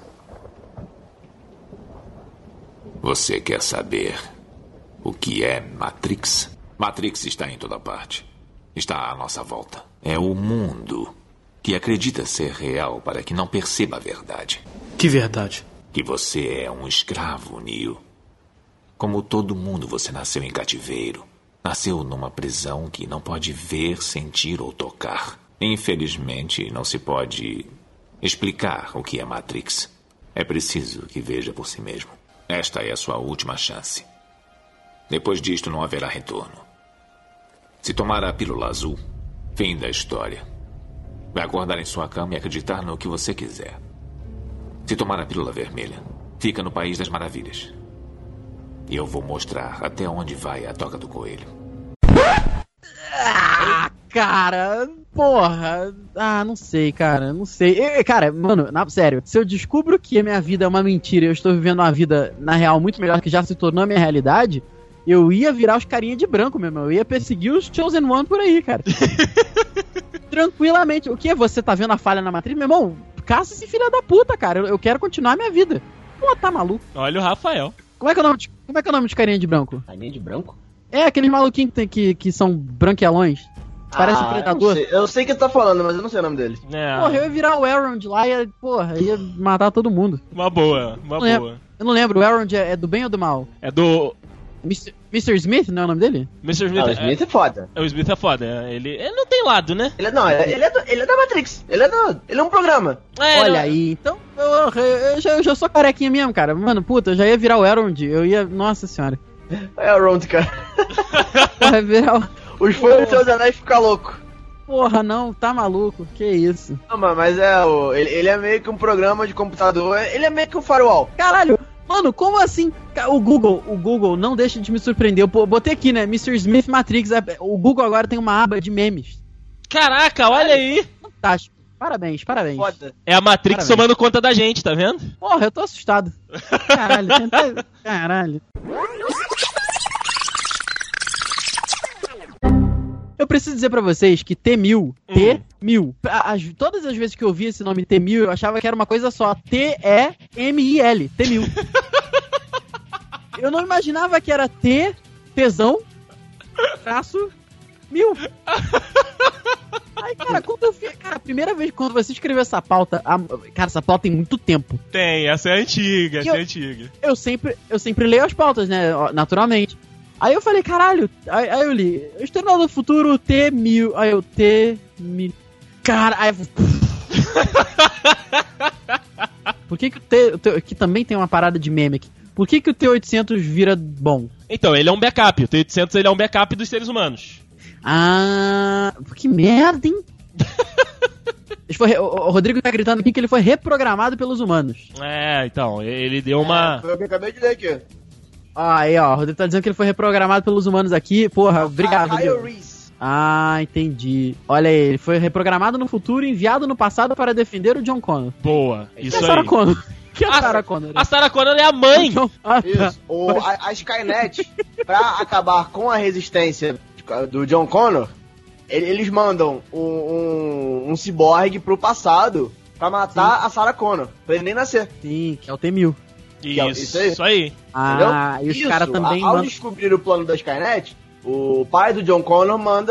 G: Você quer saber o que é Matrix? Matrix está em toda parte. Está à nossa volta. É o mundo que acredita ser real para que não perceba a verdade.
E: Que verdade?
G: Que você é um escravo, Neo. Como todo mundo, você nasceu em cativeiro. Nasceu numa prisão que não pode ver, sentir ou tocar. Infelizmente, não se pode explicar o que é Matrix. É preciso que veja por si mesmo. Esta é a sua última chance. Depois disto não haverá retorno. Se tomar a pílula azul, fim da história. Vai acordar em sua cama e acreditar no que você quiser. Se tomar a pílula vermelha, fica no País das Maravilhas. E eu vou mostrar até onde vai a toca do coelho.
B: Cara, porra. Não sei, cara, não sei. Cara, mano, sério, se eu descubro que a minha vida é uma mentira e eu estou vivendo uma vida, na real, muito melhor que já se tornou a minha realidade, eu ia virar os carinha de branco, meu irmão. Eu ia perseguir os Chosen One por aí, cara. Tranquilamente. O que? Você tá vendo a falha na Matrix? Meu irmão, caça esse filho da puta, cara. Eu quero continuar a minha vida. Pô, tá maluco.
D: Olha o Rafael.
B: Como é que é o nome de carinha de branco?
C: Carinha de branco?
B: É, aqueles maluquinhos que são branquelões. Parece um predador.
C: Eu sei que você tá falando, mas eu não sei o nome dele.
B: Porra, eu ia virar o Elrond lá e ia matar todo mundo.
D: Uma boa.
B: Eu não lembro, o Elrond é do bem ou do mal?
D: É do...
B: Mr. Smith, não é o nome dele?
D: Mr. Smith,
C: o Smith é foda.
D: O Smith é foda. Ele não tem lado, né?
C: Ele é da Matrix. Ele é um programa.
B: Olha aí, então eu já sou carequinha mesmo, cara. Mano, puta, eu já ia virar o Elrond. Eu ia... Nossa senhora.
C: É o Elrond, cara.
B: Porra, virar o...
C: Os fãs dos Seus Anéis ficam loucos.
B: Porra, não, tá maluco, que isso?
C: Não, mas ele é meio que um programa de computador, ele é meio que um firewall.
B: Caralho, mano, como assim? O Google não deixa de me surpreender. Eu botei aqui, né, Mr. Smith Matrix, o Google agora tem uma aba de memes.
D: Caraca, olha aí.
B: Fantástico, parabéns.
C: Foda.
D: É a Matrix somando conta da gente, tá vendo?
B: Porra, eu tô assustado. Caralho. Eu preciso dizer pra vocês que T-1000, todas as vezes que eu vi esse nome T-1000, eu achava que era uma coisa só, T-E-M-I-L, T-1000. Eu não imaginava que era T-tesão, traço, 1000. Aí, cara, a primeira vez quando você escreveu essa pauta, cara, essa pauta tem muito tempo.
D: Tem, essa é antiga,
B: Eu sempre leio as pautas, né, naturalmente. Aí eu falei, caralho, aí eu li, Exterminador do Futuro T-1000, aí eu T-1000, cara, aí por que o T, que também tem uma parada de meme aqui, por que o T-800 vira bom?
D: Então, ele é um backup, o T-800 ele é um backup dos seres humanos.
B: Ah, que merda, hein? O Rodrigo tá gritando aqui que ele foi reprogramado pelos humanos.
D: É, então, ele deu uma...
C: Foi o que eu acabei de ler aqui.
B: Aí, ó, o Rodrigo tá dizendo que ele foi reprogramado pelos humanos aqui. Porra, obrigado, Rodrigo. Ah, entendi. Olha aí, ele foi reprogramado no futuro e enviado no passado para defender o John Connor.
D: Boa, isso aí.
B: Sarah Connor? Que é a Sarah Connor?
D: A Sarah Connor é a mãe.
C: Isso. A Skynet, pra acabar com a resistência do John Connor, eles mandam um ciborgue pro passado pra matar a Sarah Connor, pra ele nem nascer.
B: Sim, que é o T-1000.
D: Isso aí.
B: Ah,
C: entendeu?
B: E os caras também
C: ao descobrir o plano da Skynet, o pai do John Connor manda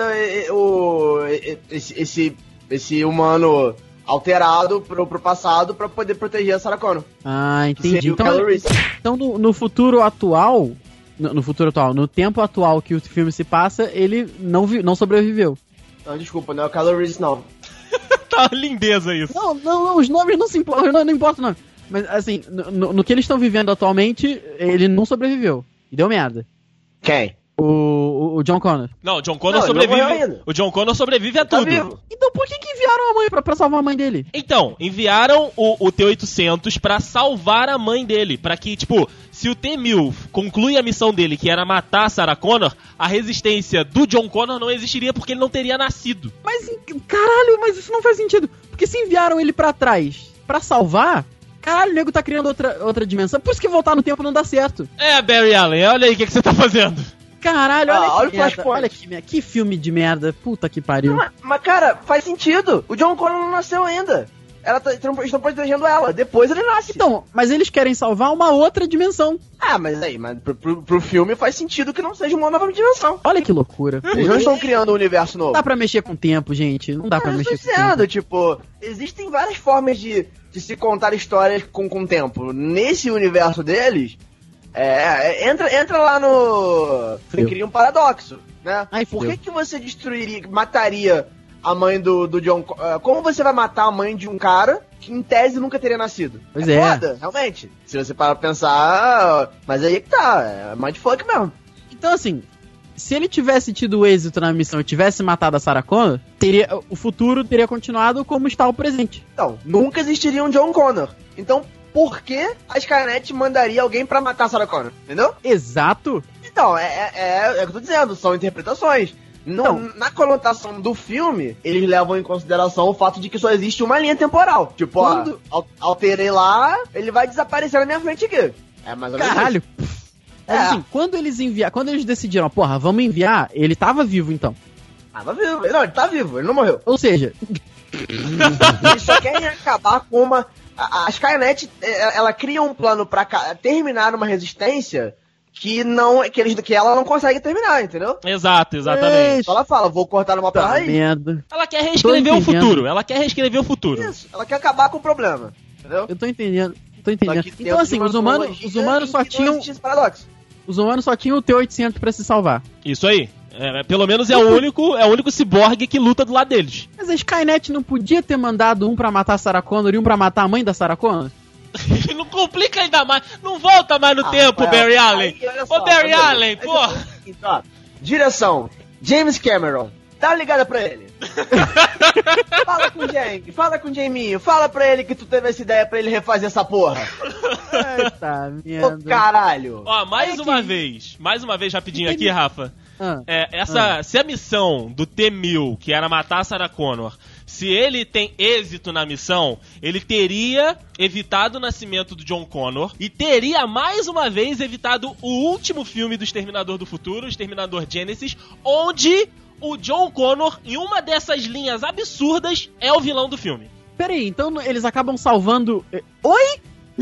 C: esse humano alterado pro passado pra poder proteger a Sarah Connor.
B: Ah, entendi. Então no futuro atual, no tempo atual que o filme se passa, ele não sobreviveu.
C: Não, desculpa, não é o Kylo Reese, não.
D: Tá uma lindeza isso.
B: Não, os nomes não se importam, não importa o nome. Mas, assim, no que eles estão vivendo atualmente, ele não sobreviveu. E deu merda.
C: Quem?
B: O John Connor.
D: Não, o John Connor sobrevive. O John Connor sobrevive a tudo.
C: Vivo.
B: Então por que enviaram a mãe pra salvar a mãe dele?
D: Então, enviaram o T-800 pra salvar a mãe dele. Pra que, tipo, se o T-1000 conclui a missão dele, que era matar a Sarah Connor, a resistência do John Connor não existiria porque ele não teria nascido.
B: Mas, caralho, mas isso não faz sentido. Porque se enviaram ele pra trás pra salvar... Caralho, o nego tá criando outra dimensão. Por isso que voltar no tempo não dá certo.
D: É, Barry Allen, olha aí o que você tá fazendo.
B: Caralho, olha que merda.
C: Olha
B: que filme de merda. Puta que pariu.
C: Não, mas, cara, faz sentido. O John Connor não nasceu ainda. Estão protegendo ela. Depois ele nasce.
B: Então, mas eles querem salvar uma outra dimensão.
C: Ah, mas aí, pro filme faz sentido que não seja uma nova dimensão.
B: Olha que loucura.
C: Eles não estão criando um universo novo.
B: Não dá pra mexer com o tempo, gente. Não dá pra mexer com o tempo.
C: Tipo, existem várias formas de se contar histórias com o tempo. Nesse universo deles, entra lá no... Você cria um paradoxo, né?
B: Ai,
C: por que você mataria a mãe do John... como você vai matar a mãe de um cara que em tese nunca teria nascido?
B: Pois é.
C: Foda, realmente. Se você parar pra pensar... Mas aí que tá, é mindfuck mesmo.
B: Então, assim, se ele tivesse tido êxito na missão e tivesse matado a Sarah Connor, o futuro teria continuado como está o presente.
C: Então, nunca existiria um John Connor. Então, por que a Skynet mandaria alguém pra matar a Sarah Connor? Entendeu?
B: Exato.
C: Então, é o que eu tô dizendo, são interpretações. Então, na conotação do filme, eles levam em consideração o fato de que só existe uma linha temporal. Tipo, alterei lá, ele vai desaparecer na minha frente aqui. É mais ou menos
B: caralho.
C: isso.
B: Mas assim, quando eles decidiram, porra, vamos enviar, ele tava vivo então.
C: Tava vivo. Não, ele tá vivo, ele não morreu.
B: Ou seja...
C: Eles só querem acabar com uma... A Skynet, ela cria um plano pra terminar uma resistência que ela não consegue terminar, entendeu?
D: Exatamente.
C: Então ela fala, vou cortar uma pra raiz.
B: Merda.
D: Ela quer reescrever o futuro.
C: Isso, ela quer acabar com o problema, entendeu?
B: Eu tô entendendo. Então assim, os humanos só tinham... Os humanos só tinham o T-800 pra se salvar.
D: Isso aí. Pelo menos é o único ciborgue que luta do lado deles.
B: Mas a Skynet não podia ter mandado um pra matar a Sarah Connor e um pra matar a mãe da Sarah Connor?
D: Não complica ainda mais. Não volta mais no tempo, Barry Allen. Ô, Barry Allen, porra.
C: Direção, James Cameron. Dá uma ligada pra ele. Fala com o Jaminho. Fala pra ele que tu teve essa ideia pra ele refazer essa porra.
B: Eita, merda.
C: Ô, caralho.
D: Ó, mais uma vez rapidinho aqui, Rafa. Se a missão do T-1000, que era matar a Sarah Connor, se ele tem êxito na missão, ele teria evitado o nascimento do John Connor e teria mais uma vez evitado o último filme do Exterminador do Futuro, o Exterminador Genesis, onde o John Connor, em uma dessas linhas absurdas, é o vilão do filme.
B: Peraí, então eles acabam salvando... Oi?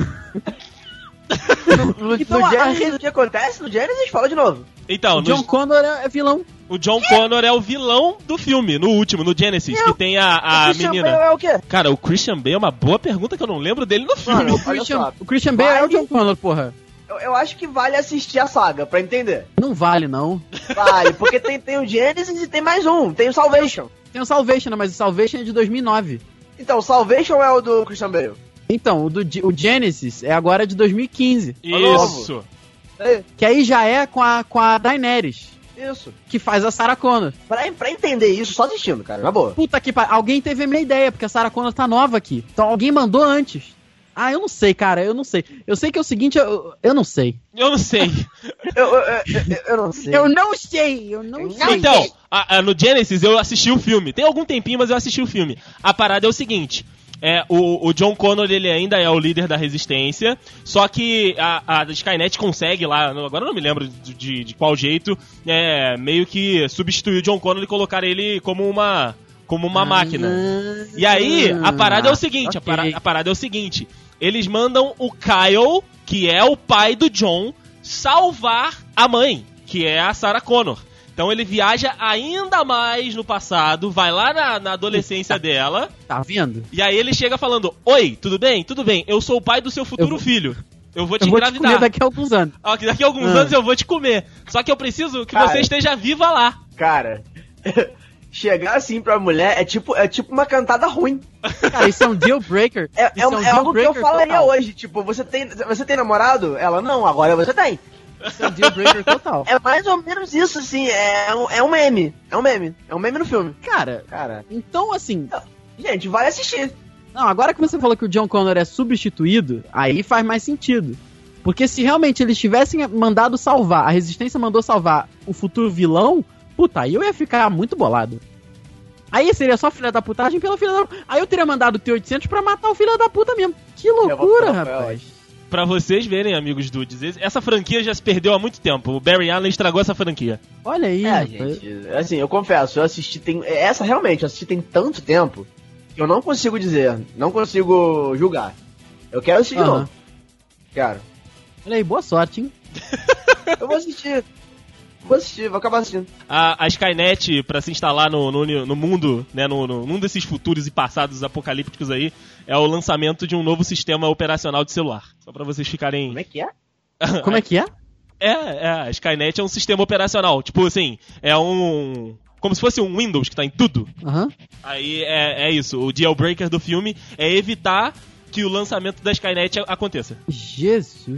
C: Então, o que acontece no Genesis? Fala de novo.
D: Então,
B: o John Connor é vilão.
D: O John Connor é o vilão do filme, no último, no Genesis, que tem a menina. O Christian Bale
C: é o quê?
D: Cara, o Christian Bale é uma boa pergunta que eu não lembro dele no filme.
B: Mano, o Christian Bale é o John Connor, porra.
C: Eu acho que vale assistir a saga, pra entender.
B: Não vale, não.
C: Vale, porque tem o Genesis e tem mais um, tem o Salvation.
B: Tem o Salvation, mas o Salvation é de 2009.
C: Então, o Salvation é o do Christian Bale.
B: Então, o Genesis é agora de 2015.
D: Isso.
B: Que aí já é com a Daenerys.
C: Isso.
B: Que faz a Sarah Connor.
C: Pra entender isso, só assistindo, cara, na boa.
B: Puta que pariu. Alguém teve a minha ideia, porque a Sarah Connor tá nova aqui. Então alguém mandou antes. Ah, eu não sei, cara, eu não sei. Eu sei que é o seguinte, eu não sei.
D: Eu não sei.
C: Eu não sei.
B: Eu não sei, eu não sei.
D: Então, no Genesis eu assisti o filme. Tem algum tempinho, mas eu assisti o filme. A parada é o seguinte... O John Connor, ele ainda é o líder da resistência, só que a Skynet consegue lá, agora eu não me lembro de qual jeito, meio que substituir o John Connor e colocar ele como uma máquina. E aí, a parada é o seguinte, okay. a parada é o seguinte, eles mandam o Kyle, que é o pai do John, salvar a mãe, que é a Sarah Connor. Então ele viaja ainda mais no passado, vai lá na adolescência dela.
B: Tá vendo?
D: E aí ele chega falando, oi, tudo bem? Tudo bem, eu sou o pai do seu futuro filho. Eu vou te engravidar.
B: Te comer daqui a alguns anos.
D: Daqui a alguns anos eu vou te comer. Só que eu preciso que você esteja viva lá.
C: Cara, chegar assim pra mulher é tipo uma cantada ruim.
B: Cara, isso é um deal breaker.
C: É algo que eu falaria hoje. Tipo, você tem namorado? Ela, não, agora você tem.
B: Isso é um deal breaker total.
C: É mais ou menos isso, assim. É um meme. É um meme no filme.
B: Cara, então assim...
C: Gente, vai assistir.
B: Não, agora que você falou que o John Connor é substituído, aí faz mais sentido. Porque se realmente eles tivessem mandado salvar, a Resistência mandou salvar o futuro vilão, puta, aí eu ia ficar muito bolado. Aí seria só filha da putagem pela filha da... Aí eu teria mandado o T-800 pra matar o filho da puta mesmo. Que loucura, rapaz.
D: Pra vocês verem, amigos dudes, essa franquia já se perdeu há muito tempo. O Barry Allen estragou essa franquia.
B: Olha aí,
C: gente, assim, eu confesso, eu assisti eu assisti tem tanto tempo que eu não consigo dizer, não consigo julgar. Eu quero assistir de novo. Quero.
B: Olha aí, boa sorte, hein?
C: Eu vou assistir, vou acabar assistindo.
D: A Skynet, pra se instalar no mundo, né, num desses futuros e passados apocalípticos aí, é o lançamento de um novo sistema operacional de celular. Só pra vocês ficarem...
C: Como é que é?
B: Como é que é?
D: A Skynet é um sistema operacional. Tipo assim, como se fosse um Windows que tá em tudo. Aí é isso. O deal breaker do filme é evitar que o lançamento da Skynet aconteça.
B: Jesus.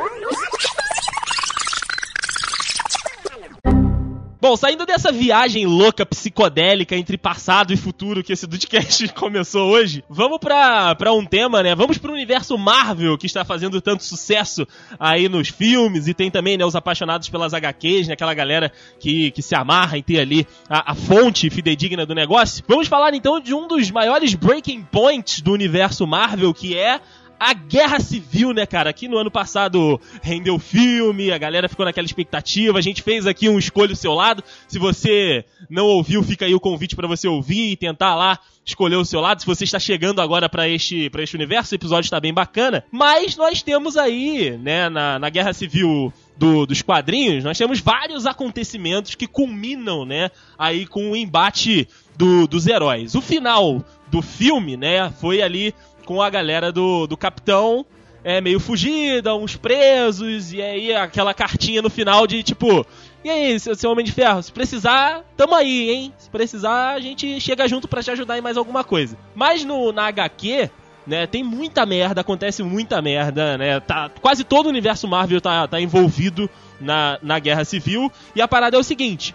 D: Bom, saindo dessa viagem louca, psicodélica entre passado e futuro que esse Dudecast começou hoje, vamos pra um tema, né? Vamos pro universo Marvel, que está fazendo tanto sucesso aí nos filmes, e tem também, né, os apaixonados pelas HQs, né? Aquela galera que se amarra em ter ali a fonte fidedigna do negócio. Vamos falar então de um dos maiores breaking points do universo Marvel, que é a Guerra Civil, né, cara? Aqui no ano passado rendeu filme, a galera ficou naquela expectativa, a gente fez aqui um Escolha o Seu Lado. Se você não ouviu, fica aí o convite pra você ouvir e tentar lá escolher o seu lado. Se você está chegando agora pra este universo, o episódio está bem bacana. Mas nós temos aí, né, na Guerra Civil dos quadrinhos, nós temos vários acontecimentos que culminam, né, aí com o embate dos heróis. O final do filme, né, foi ali com a galera do Capitão meio fugida, uns presos, e aí aquela cartinha no final de tipo... E aí, seu Homem de Ferro, se precisar, tamo aí, hein? Se precisar, a gente chega junto pra te ajudar em mais alguma coisa. Mas na HQ, né, tem muita merda, acontece muita merda, né? Quase todo o universo Marvel tá envolvido na Guerra Civil. E a parada é o seguinte...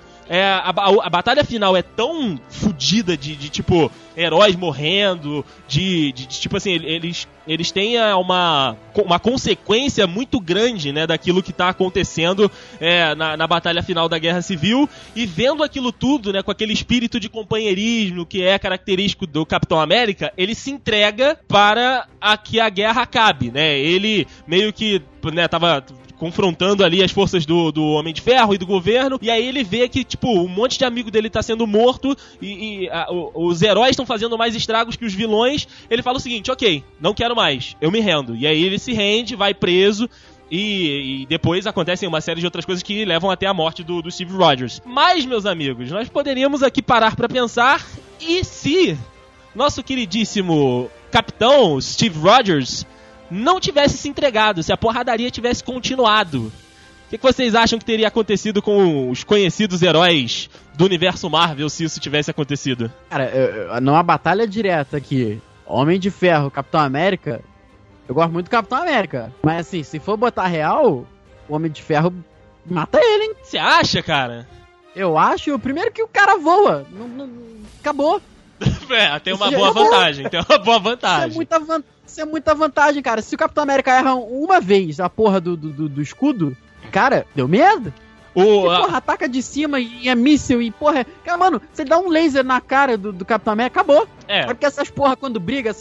D: A batalha final é tão fodida de tipo, heróis morrendo, de tipo assim, eles têm uma consequência muito grande, né, daquilo que tá acontecendo na batalha final da Guerra Civil, e vendo aquilo tudo, né, com aquele espírito de companheirismo que é característico do Capitão América, ele se entrega para que a guerra acabe, né, ele meio que, né, tava confrontando ali as forças do Homem de Ferro e do governo, e aí ele vê que, tipo, um monte de amigo dele tá sendo morto e os heróis estão fazendo mais estragos que os vilões. Ele fala o seguinte: ok, não quero mais, eu me rendo. E aí ele se rende, vai preso, e depois acontecem uma série de outras coisas que levam até a morte do Steve Rogers. Mas, meus amigos, nós poderíamos aqui parar pra pensar, e se nosso queridíssimo Capitão Steve Rogers não tivesse se entregado, se a porradaria tivesse continuado? O que vocês acham que teria acontecido com os conhecidos heróis do universo Marvel se isso tivesse acontecido?
B: Cara, numa batalha direta aqui, Homem de Ferro, Capitão América, eu gosto muito do Capitão América. Mas assim, se for botar real, o Homem de Ferro mata ele, hein?
D: Você acha, cara?
B: Eu acho, primeiro que o cara voa. Acabou.
D: Tem uma boa vantagem. Tem uma boa vantagem.
B: Isso é muita vantagem, cara. Se o Capitão América erra uma vez a porra do escudo, cara, deu merda. Porra, ataca de cima e é míssil e porra... Cara, mano, você dá um laser na cara do Capitão América, acabou. É porque essas porra quando briga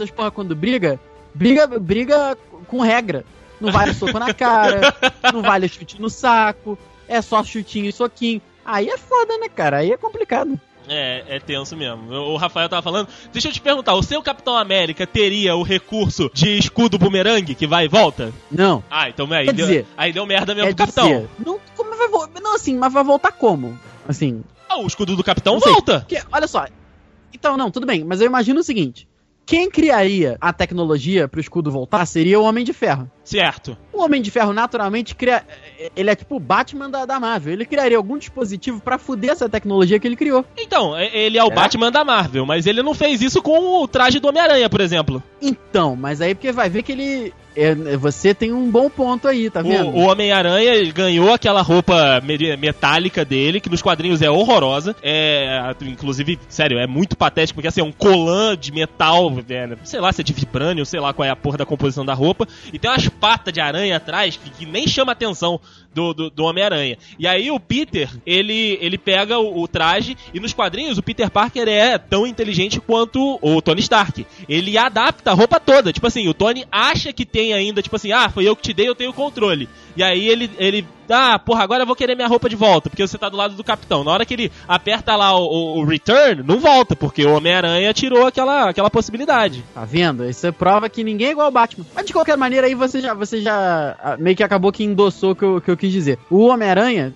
B: com regra. Não vale soco na cara, não vale chute no saco, é só chutinho e soquinho. Aí é foda, né, cara? Aí é complicado.
D: É tenso mesmo. O Rafael tava falando. Deixa eu te perguntar, o seu Capitão América teria o recurso de escudo bumerangue que vai e volta?
B: Não.
D: Então aí deu merda mesmo pro Capitão.
B: Não, como vai voltar? Não, assim, mas vai voltar como? Assim.
D: O escudo do Capitão volta.
B: Porque, olha só. Então, não, tudo bem, mas eu imagino o seguinte. Quem criaria a tecnologia pro escudo voltar seria o Homem de Ferro.
D: Certo.
B: O Homem de Ferro naturalmente cria... Ele é tipo o Batman da Marvel. Ele criaria algum dispositivo pra fuder essa tecnologia que ele criou.
D: Então, ele é o Batman da Marvel, mas ele não fez isso com o traje do Homem-Aranha, por exemplo.
B: Então, mas aí porque vai ver que ele... Você tem um bom ponto aí, tá vendo?
D: O Homem-Aranha ganhou aquela roupa metálica dele, que nos quadrinhos é horrorosa. Inclusive, sério, é muito patético, porque assim, é um colã de metal, sei lá se é de vibrânio, sei lá qual é a porra da composição da roupa, e tem umas patas de aranha atrás que nem chama a atenção do Homem-Aranha. E aí o Peter, ele pega o traje, e nos quadrinhos o Peter Parker é tão inteligente quanto o Tony Stark. Ele adapta a roupa toda. Tipo assim, o Tony acha que tem ainda, tipo assim, foi eu que te dei, eu tenho o controle. E aí ele agora eu vou querer minha roupa de volta, porque você tá do lado do Capitão. Na hora que ele aperta lá o return, não volta, porque o Homem-Aranha tirou aquela possibilidade.
B: Tá vendo? Isso prova que ninguém é igual ao Batman. Mas de qualquer maneira, aí você já meio que acabou que endossou o que eu quis dizer. O Homem-Aranha,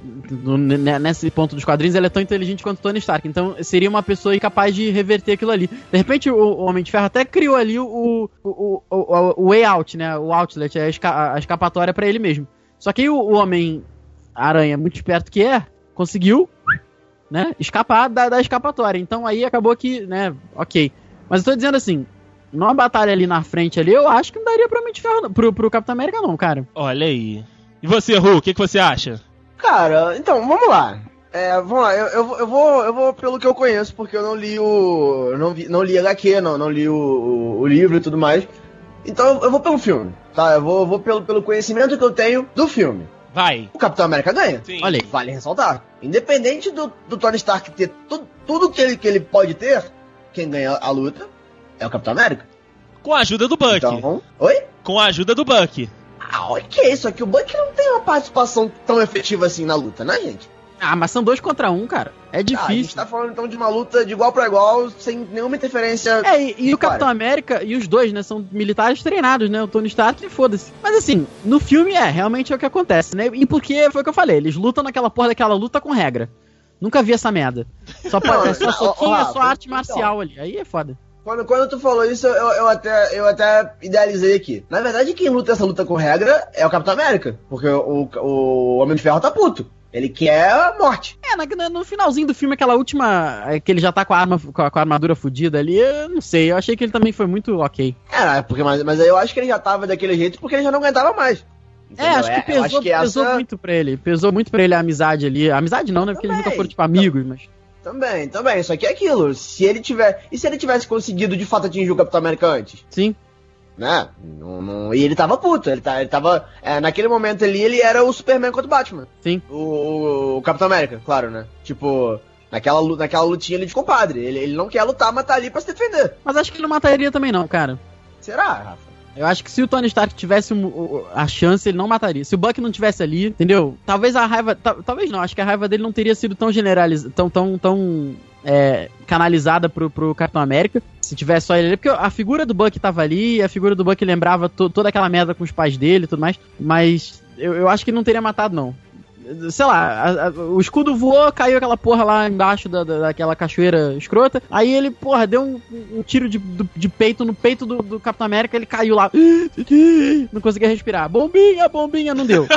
B: nesse ponto dos quadrinhos, ele é tão inteligente quanto o Tony Stark. Então seria uma pessoa incapaz de reverter aquilo ali. De repente, o Homem de Ferro até criou ali o way out, né? O outlet, a escapatória pra ele mesmo. Só que aí o Homem-Aranha, muito esperto que conseguiu, né, escapar da escapatória. Então aí acabou que, né, ok. Mas eu tô dizendo assim, numa batalha ali na frente ali, eu acho que não daria pro Homem de Ferro, pro Capitão América não, cara.
D: Olha aí. E você, Ru, o que você acha?
C: Cara, então, vamos lá. Vamos lá, eu vou pelo que eu conheço, porque eu não li não li HQ, não li o livro e tudo mais. Então eu vou pelo filme, tá? Eu vou pelo conhecimento que eu tenho do filme.
D: Vai.
C: O Capitão América ganha.
D: Sim.
B: Olha aí.
C: Vale ressaltar. Independente do Tony Stark ter tudo que ele pode ter, quem ganha a luta é o Capitão América.
D: Com a ajuda do Bucky.
C: Então, oi?
D: Com a ajuda do Bucky.
C: Ok, só que o Bucky não tem uma participação tão efetiva assim na luta, né, gente?
B: Mas são 2 contra 1, cara. É difícil.
C: A gente tá falando então de uma luta de igual pra igual, sem nenhuma interferência.
B: E o Capitão América, e os dois, né, são militares treinados, né? O Tony Stark e foda-se. Mas assim, no filme realmente é o que acontece, né? E porque foi o que eu falei, eles lutam naquela porra daquela luta com regra. Nunca vi essa merda. Só pode só soquinho, é só arte marcial ali. Aí é foda.
C: Quando tu falou isso, eu até idealizei aqui. Na verdade, quem luta essa luta com regra é o Capitão América. Porque o Homem de Ferro tá puto. Ele quer a morte.
B: No finalzinho do filme, aquela última, que ele já tá com a armadura fodida ali, eu não sei, eu achei que ele também foi muito ok.
C: Mas eu acho que ele já tava daquele jeito porque ele já não aguentava mais. Entendeu?
B: Acho que pesou muito pra ele. Pesou muito pra ele a amizade ali. A amizade não, né? Porque eles nunca foram, tipo, amigos, mas...
C: Também, só que é aquilo. Se ele tivesse conseguido, de fato, atingir o Capitão América antes?
B: Sim.
C: Né? E ele tava puto. Ele tava... naquele momento ali, ele era o Superman contra o Batman.
B: Sim.
C: O Capitão América, claro, né? Tipo... Naquela lutinha ali de compadre. Ele não quer lutar, mas tá ali pra se defender.
B: Mas acho que ele não mataria também não, cara.
C: Será, Rafa?
B: Eu acho que se o Tony Stark tivesse a chance, ele não mataria. Se o Bucky não tivesse ali, entendeu? Talvez a raiva... Talvez não, acho que a raiva dele não teria sido tão generalizada, tão canalizada pro Capitão América, se tivesse só ele ali. Porque a figura do Bucky tava ali, a figura do Bucky lembrava toda aquela merda com os pais dele e tudo mais. Mas eu acho que ele não teria matado, não. Sei lá, o escudo voou, caiu aquela porra lá embaixo daquela cachoeira escrota. Aí ele, porra, deu um tiro de peito no peito do Capitão América. Ele caiu lá, não conseguia respirar. Bombinha, não deu.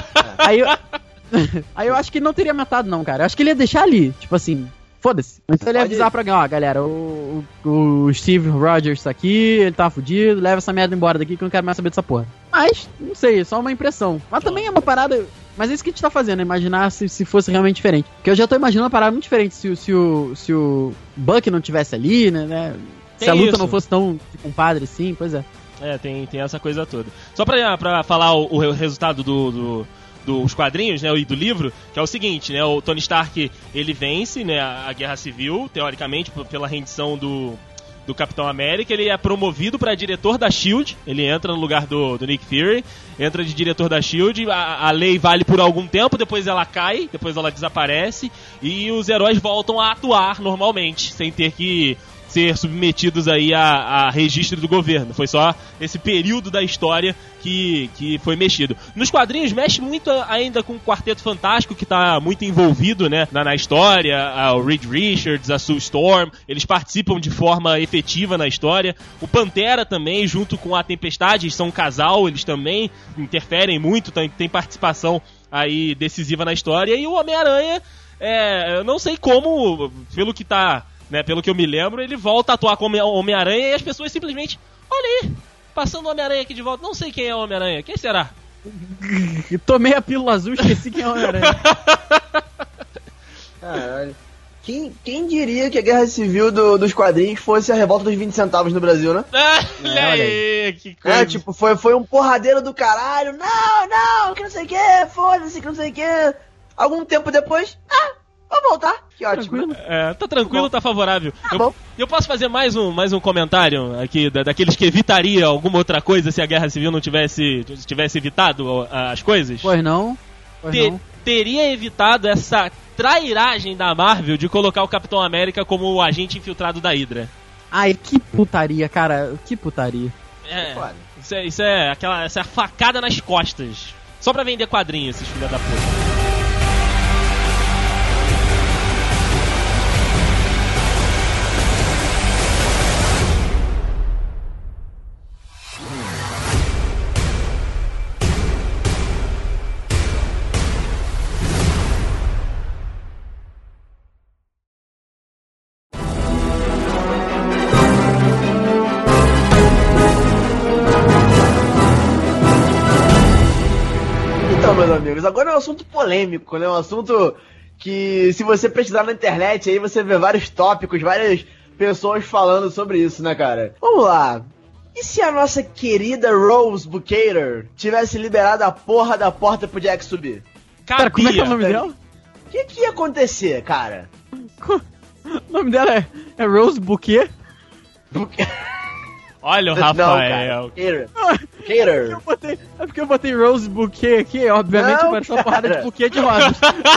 B: Aí eu acho que ele não teria matado, não, cara. Eu acho que ele ia deixar ali, tipo assim, foda-se. Então ele ia avisar pra alguém, ó, galera, o Steve Rogers tá aqui, ele tá fudido, leva essa merda embora daqui que eu não quero mais saber dessa porra. Mas, não sei, é só uma impressão. Mas também é uma parada... Mas é isso que a gente tá fazendo, é imaginar se fosse realmente diferente. Porque eu já tô imaginando uma parada muito diferente se o Bucky não tivesse ali, né? Se a luta não fosse tão de compadre assim, pois é.
D: Tem essa coisa toda. Só pra falar o resultado dos quadrinhos, né, e do livro, que é o seguinte, né, o Tony Stark, ele vence, né, a Guerra Civil, teoricamente, pela rendição do Capitão América. Ele é promovido para diretor da SHIELD, ele entra no lugar do Nick Fury, entra de diretor da SHIELD, a lei vale por algum tempo, depois ela cai, depois ela desaparece, e os heróis voltam a atuar normalmente, sem ter que ser submetidos aí a registro do governo. Foi só esse período da história que foi mexido. Nos quadrinhos mexe muito ainda com o Quarteto Fantástico, que tá muito envolvido, né, na história. O Reed Richards, a Sue Storm, eles participam de forma efetiva na história. O Pantera também, junto com a Tempestade, são um casal, eles também interferem muito, tem participação aí decisiva na história. E o Homem-Aranha, eu não sei como, pelo que tá... Né, pelo que eu me lembro, ele volta a atuar como Homem-Aranha e as pessoas simplesmente, olha aí, passando o Homem-Aranha aqui de volta, não sei quem é o Homem-Aranha, quem será?
B: Tomei a pílula azul, esqueci quem é o Homem-Aranha.
C: Caralho. Quem diria que a Guerra Civil dos quadrinhos fosse a revolta dos 20 centavos no Brasil, né?
D: Olha aí, que coisa.
C: Tipo, foi um porradeiro do caralho, não, que não sei o que, foda-se, que não sei o que. Algum tempo depois, vou voltar. Que ótimo.
B: Tranquilo.
D: Tá tranquilo, tá favorável.
C: Bom.
D: Eu posso fazer mais um comentário aqui, daqueles que evitaria alguma outra coisa se a Guerra Civil não tivesse evitado as coisas?
B: Pois não.
D: Teria evitado essa trairagem da Marvel de colocar o Capitão América como o agente infiltrado da Hydra.
B: Ai, que putaria, cara. Que putaria.
D: Isso é essa facada nas costas. Só pra vender quadrinhos, esses filha da puta.
C: Meus amigos, agora é um assunto polêmico, né? Um assunto que, se você pesquisar na internet, aí você vê vários tópicos, várias pessoas falando sobre isso, né, cara? Vamos lá. E se a nossa querida Rose Bukater tivesse liberado a porra da porta pro Jack subir?
B: Cara, como é que é o nome dela?
C: O que ia acontecer, cara?
B: O nome dela é Rose Bouquet?
D: Olha o Rafael.
C: Buqueter.
B: É porque eu botei Rose Bouquet aqui, obviamente vai ser uma porrada de buquê de rosas.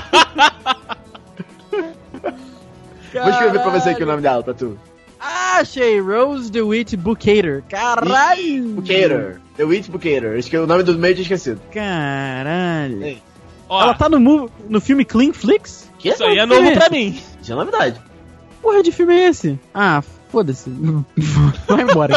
C: Vou escrever pra você aqui o nome dela, pra tu.
B: Achei! Rose DeWitt Bucater. Caralho!
C: Bucater. DeWitt Bucater. O nome do meio eu tinha esquecido.
B: Caralho.
C: Ei.
D: Ó,
B: Ela tá no filme Clean Flicks?
C: Que?
D: isso aí é novo pra mim.
C: Isso é novidade.
B: Porra de filme é esse? Ah, foda-se. Vai embora.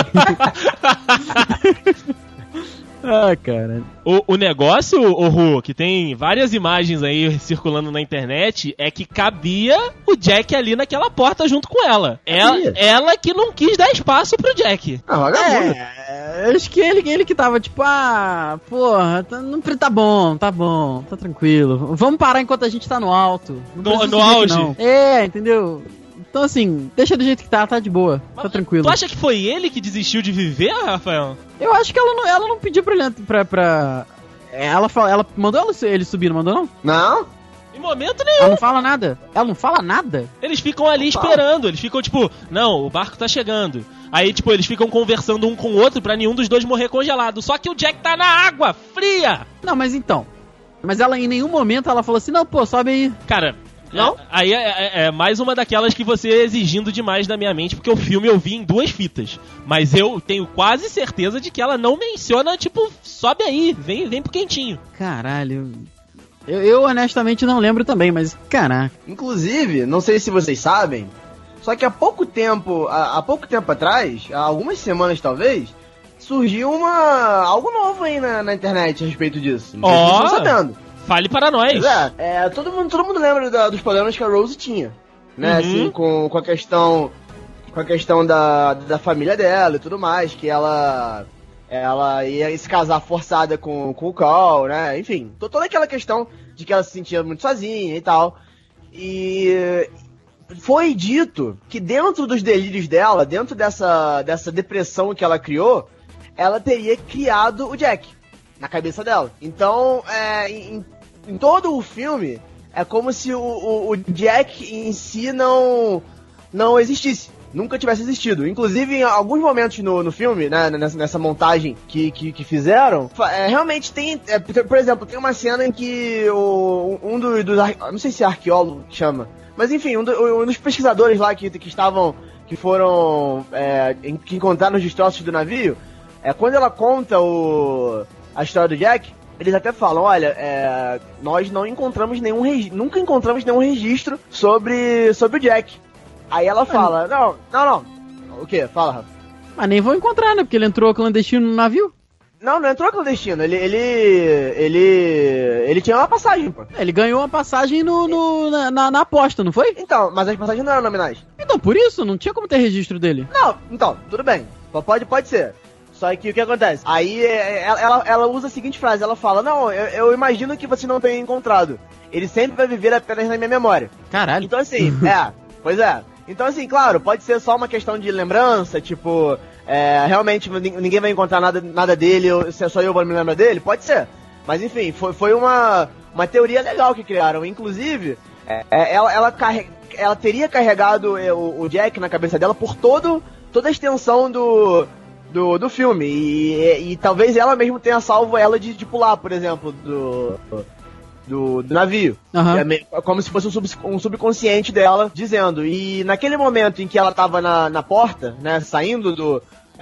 B: Ah, cara.
D: O negócio, o Ru, que tem várias imagens aí circulando na internet, é que cabia o Jack ali naquela porta junto com ela. Ela que não quis dar espaço pro Jack.
C: Ah, vagabundo.
B: Acho que ele que tava tipo, porra, tá bom, tá tranquilo. Vamos parar enquanto a gente tá no alto.
D: No auge?
B: Não. Entendeu? Então assim, deixa do jeito que tá de boa, tá tranquilo.
D: Tu acha que foi ele que desistiu de viver, Rafael?
B: Eu acho que ela não pediu pra ele pra... Ela mandou ele subir, não mandou não?
C: Não?
D: Em momento nenhum.
B: Ela não fala nada? Ela não fala nada?
D: Eles ficam ali esperando, eles ficam tipo, não, o barco tá chegando. Aí, tipo, eles ficam conversando um com o outro pra nenhum dos dois morrer congelado. Só que o Jack tá na água, fria!
B: Não, mas então... Mas ela em nenhum momento ela falou assim, não, pô, sobe aí.
D: Cara...
C: Não?
D: Aí é mais uma daquelas que você exigindo demais da minha mente, porque o filme eu vi em 2 fitas. Mas eu tenho quase certeza de que ela não menciona, tipo, sobe aí, vem pro quentinho.
B: Caralho. Eu honestamente não lembro também, mas caraca.
C: Inclusive, não sei se vocês sabem, só que há pouco tempo atrás, há algumas semanas talvez, surgiu algo novo aí na internet a respeito disso. Não sei se vocês estão sabendo.
D: Fale para nós.
C: Todo mundo lembra dos problemas que a Rose tinha, né? Assim, com a questão da família dela e tudo mais, que ela ia se casar forçada com o Cole, né? Enfim, toda aquela questão de que ela se sentia muito sozinha e tal. E foi dito que dentro dos delírios dela, dentro dessa depressão que ela criou, ela teria criado o Jack na cabeça dela. Então, em todo o filme, é como se o Jack em si não existisse. Nunca tivesse existido. Inclusive, em alguns momentos no filme, né, nessa montagem que fizeram, realmente tem... por exemplo, tem uma cena em que um dos... Não sei se é arqueólogo que chama. Mas enfim, um dos pesquisadores lá que encontraram os destroços do navio, quando ela conta a história do Jack, eles até falam, olha, nós nunca encontramos nenhum registro sobre o Jack. Aí ela fala, não. O quê? Fala, Rafa.
B: Mas nem vou encontrar, né? Porque ele entrou clandestino no navio.
C: Não entrou clandestino. Ele tinha uma passagem, pô.
B: Ele ganhou uma passagem na aposta, não foi?
C: Então, mas as passagens não eram nominais.
B: Então, por isso, não tinha como ter registro dele.
C: Não, então, tudo bem. Pode ser. Só que o que acontece? Aí ela usa a seguinte frase, ela fala, não, eu imagino que você não tenha encontrado. Ele sempre vai viver apenas na minha memória.
B: Caralho.
C: Então assim, pois é. Então assim, claro, pode ser só uma questão de lembrança, tipo, realmente ninguém vai encontrar nada dele, se só eu vou me lembrar dele, pode ser. Mas enfim, foi uma teoria legal que criaram. Inclusive, ela teria carregado o Jack na cabeça dela por toda a extensão do filme, e talvez ela mesmo tenha salvo ela de pular, por exemplo, do navio. É como se fosse um subconsciente dela dizendo. E naquele momento em que ela tava na porta, né, saindo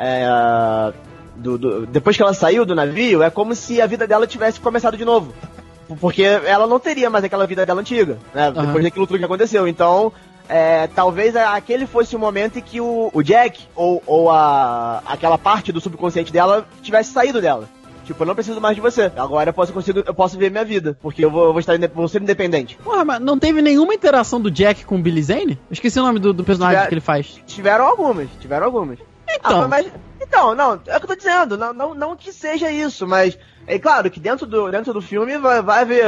C: depois que ela saiu do navio, é como se a vida dela tivesse começado de novo, porque ela não teria mais aquela vida dela antiga, né, depois daquilo tudo que aconteceu. Então talvez aquele fosse o momento em que o Jack ou aquela parte do subconsciente dela tivesse saído dela. Tipo, eu não preciso mais de você. Agora eu posso viver minha vida, porque eu vou ser independente.
B: Porra, mas não teve nenhuma interação do Jack com o Billy Zane? Eu esqueci o nome do personagem que ele faz.
C: Tiveram algumas.
B: Então.
C: Não, é o que eu tô dizendo. Não que seja isso, mas é claro que dentro do filme vai haver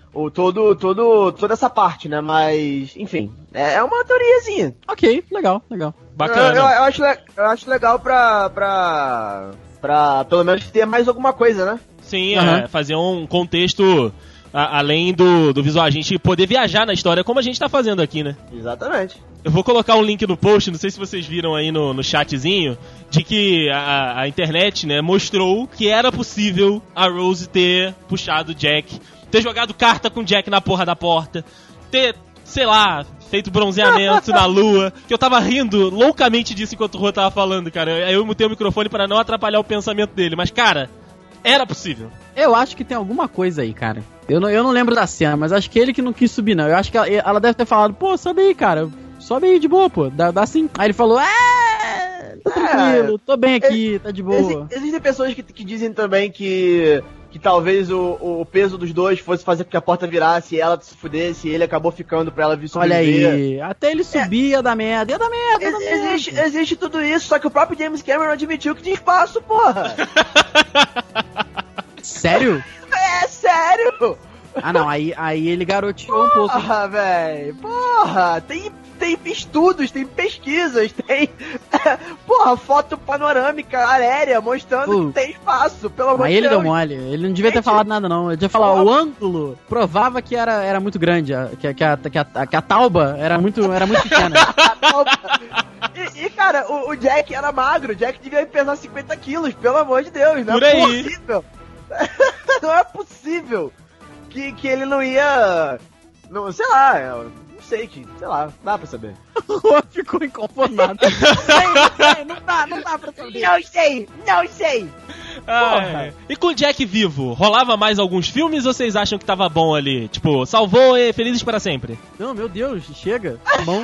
C: toda essa parte, né? Mas, enfim, é uma teoriazinha.
B: Ok, legal.
D: Bacana.
C: Eu acho legal pra pelo menos ter mais alguma coisa, né?
D: Sim, fazer um contexto além do visual, a gente poder viajar na história como a gente tá fazendo aqui, né?
C: Exatamente.
D: Eu vou colocar um link no post, não sei se vocês viram aí no chatzinho, de que a internet, né, mostrou que era possível a Rose ter puxado o Jack, ter jogado carta com o Jack na porra da porta, ter, sei lá, feito bronzeamento na lua, que eu tava rindo loucamente disso enquanto o Rô tava falando, cara. Aí eu mutei o microfone para não atrapalhar o pensamento dele, mas, cara, era possível.
B: Eu acho que tem alguma coisa aí, cara. Eu não lembro da cena, mas acho que ele que não quis subir, não. Eu acho que ela deve ter falado, pô, sobe aí, cara. Sobe aí de boa, pô. Dá sim. Aí ele falou, tá tranquilo, tô bem aqui, tá de boa.
C: Existem pessoas que dizem também que talvez o peso dos dois fosse fazer com que a porta virasse e ela se fudesse e ele acabou ficando pra ela vir sobreviver.
B: Olha aí, até ele subir ia dar merda,
C: Existe tudo isso, só que o próprio James Cameron admitiu que tinha espaço, porra.
B: Sério?
C: É sério!
B: Ah não, aí ele garoteou um pouco.
C: Porra, velho, porra, tem estudos, tem pesquisas, tem porra, foto panorâmica aérea mostrando que tem espaço, pelo amor de Deus.
B: Aí ele deu mole, ele não devia ter falado nada não, ele devia falar, o ângulo provava que era muito grande, que a tauba era muito pequena.
C: E cara, o Jack era magro, o Jack devia pesar 50 quilos, pelo amor de Deus, não é possível. Não é possível que ele não ia, não, sei lá, sei, dá pra saber.
B: O Rô ficou inconformado. Não dá pra saber.
C: Não sei.
D: E com o Jack vivo, rolava mais alguns filmes ou vocês acham que tava bom ali? Tipo, salvou e Felizes para Sempre?
B: Não, meu Deus, chega. Tá bom.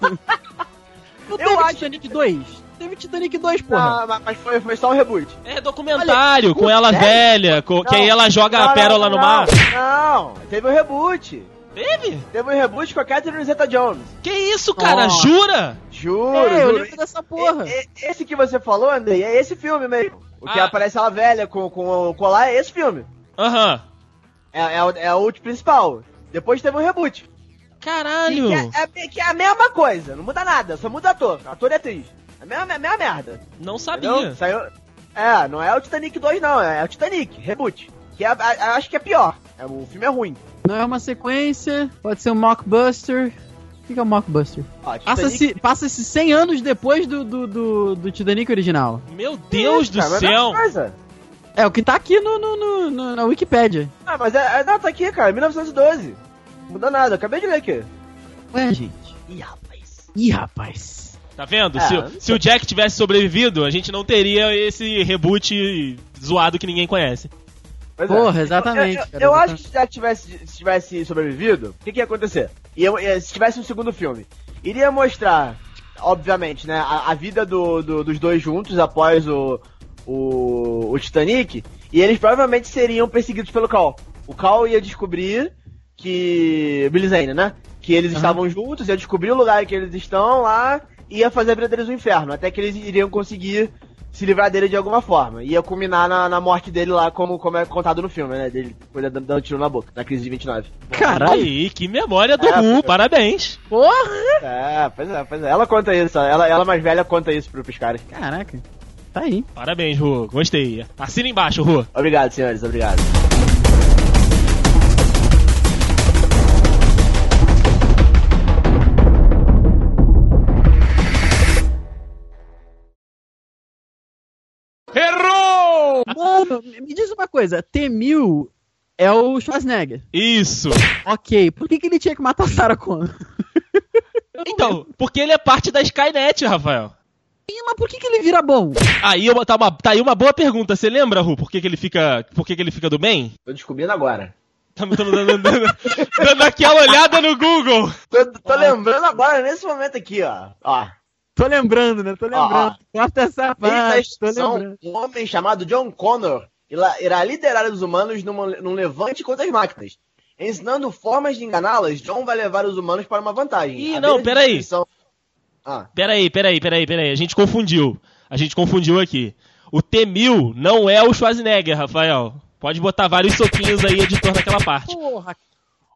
B: Não teve Titanic 2? Teve Titanic 2, porra.
C: Não, mas foi só um reboot.
D: É documentário, com ela velha, que aí ela joga a pérola no mar.
C: Não, teve um reboot.
D: Teve
C: um reboot com a Catherine Zeta-Jones.
D: Que isso, cara? Jura?
C: Juro.
B: Eu lembro dessa porra.
C: Esse que você falou, Andrei, é esse filme mesmo. O que aparece ela velha com o colar é esse filme.
D: Aham.
C: É o principal. Depois teve um reboot.
D: Caralho.
C: Que é a mesma coisa, não muda nada, só muda ator e atriz. É a mesma merda.
D: Não sabia.
C: Saiu... não é o Titanic 2 não, é o Titanic, reboot. Que acho que é pior. O filme é ruim.
B: Não é uma sequência, pode ser um mockbuster. O que é um mockbuster? Passa-se 100 anos depois do Titanic original.
D: Meu Deus do céu!
B: É o que tá aqui na Wikipédia.
C: Mas não, tá aqui, cara, 1912. Não muda nada, acabei de ler aqui.
B: Ué, gente. Ih, rapaz.
D: Tá vendo? Se o Jack tivesse sobrevivido, a gente não teria esse reboot zoado que ninguém conhece.
B: Porra, exatamente.
C: Eu acho que se o Jack tivesse sobrevivido, o que ia acontecer? Se tivesse um segundo filme, iria mostrar, obviamente, né, a vida dos dois juntos após o Titanic, e eles provavelmente seriam perseguidos pelo Cal. O Cal ia descobrir que... Billy Zane, né? Que eles estavam juntos, ia descobrir o lugar que eles estão lá, e ia fazer a vida deles no inferno, até que eles iriam conseguir se livrar dele de alguma forma. Ia culminar na morte dele lá, como é contado no filme, né? Dele depois dando tiro na boca, na crise de 29.
D: Caralho! Aí, que memória do Ru, parabéns!
B: Porra!
C: Pois é. Ela conta isso, ela mais velha conta isso pros caras.
B: Caraca, tá aí.
D: Parabéns, Ru, gostei. Assina embaixo, Ru.
C: Obrigado, senhores, obrigado.
D: Errou!
B: Mano, me diz uma coisa, T-1000 é o Schwarzenegger.
D: Isso.
B: Ok, por que ele tinha que matar a Sarah Connor?
D: Então, porque ele é parte da Skynet, Rafael.
B: Mas por que ele vira bom?
D: Tá aí uma boa pergunta, você lembra, Ru, por que ele fica do bem?
C: Tô descobrindo agora.
D: Estamos dando aquela olhada no Google.
C: Tô lembrando agora, nesse momento aqui, ó.
B: Tô lembrando, né? Corta essa parte, tô lembrando.
C: Um homem chamado John Connor irá liderar os humanos num levante contra as máquinas. Ensinando formas de enganá-las, John vai levar os humanos para uma vantagem.
D: Ih, não, peraí. Peraí. A gente confundiu aqui. O T-1000 não é o Schwarzenegger, Rafael. Pode botar vários soquinhos aí, editor, naquela parte.
B: Porra,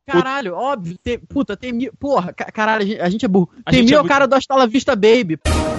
B: óbvio. T-1000. Porra, caralho, a gente é burro. T-1000 é o cara do Hasta La Vista Baby.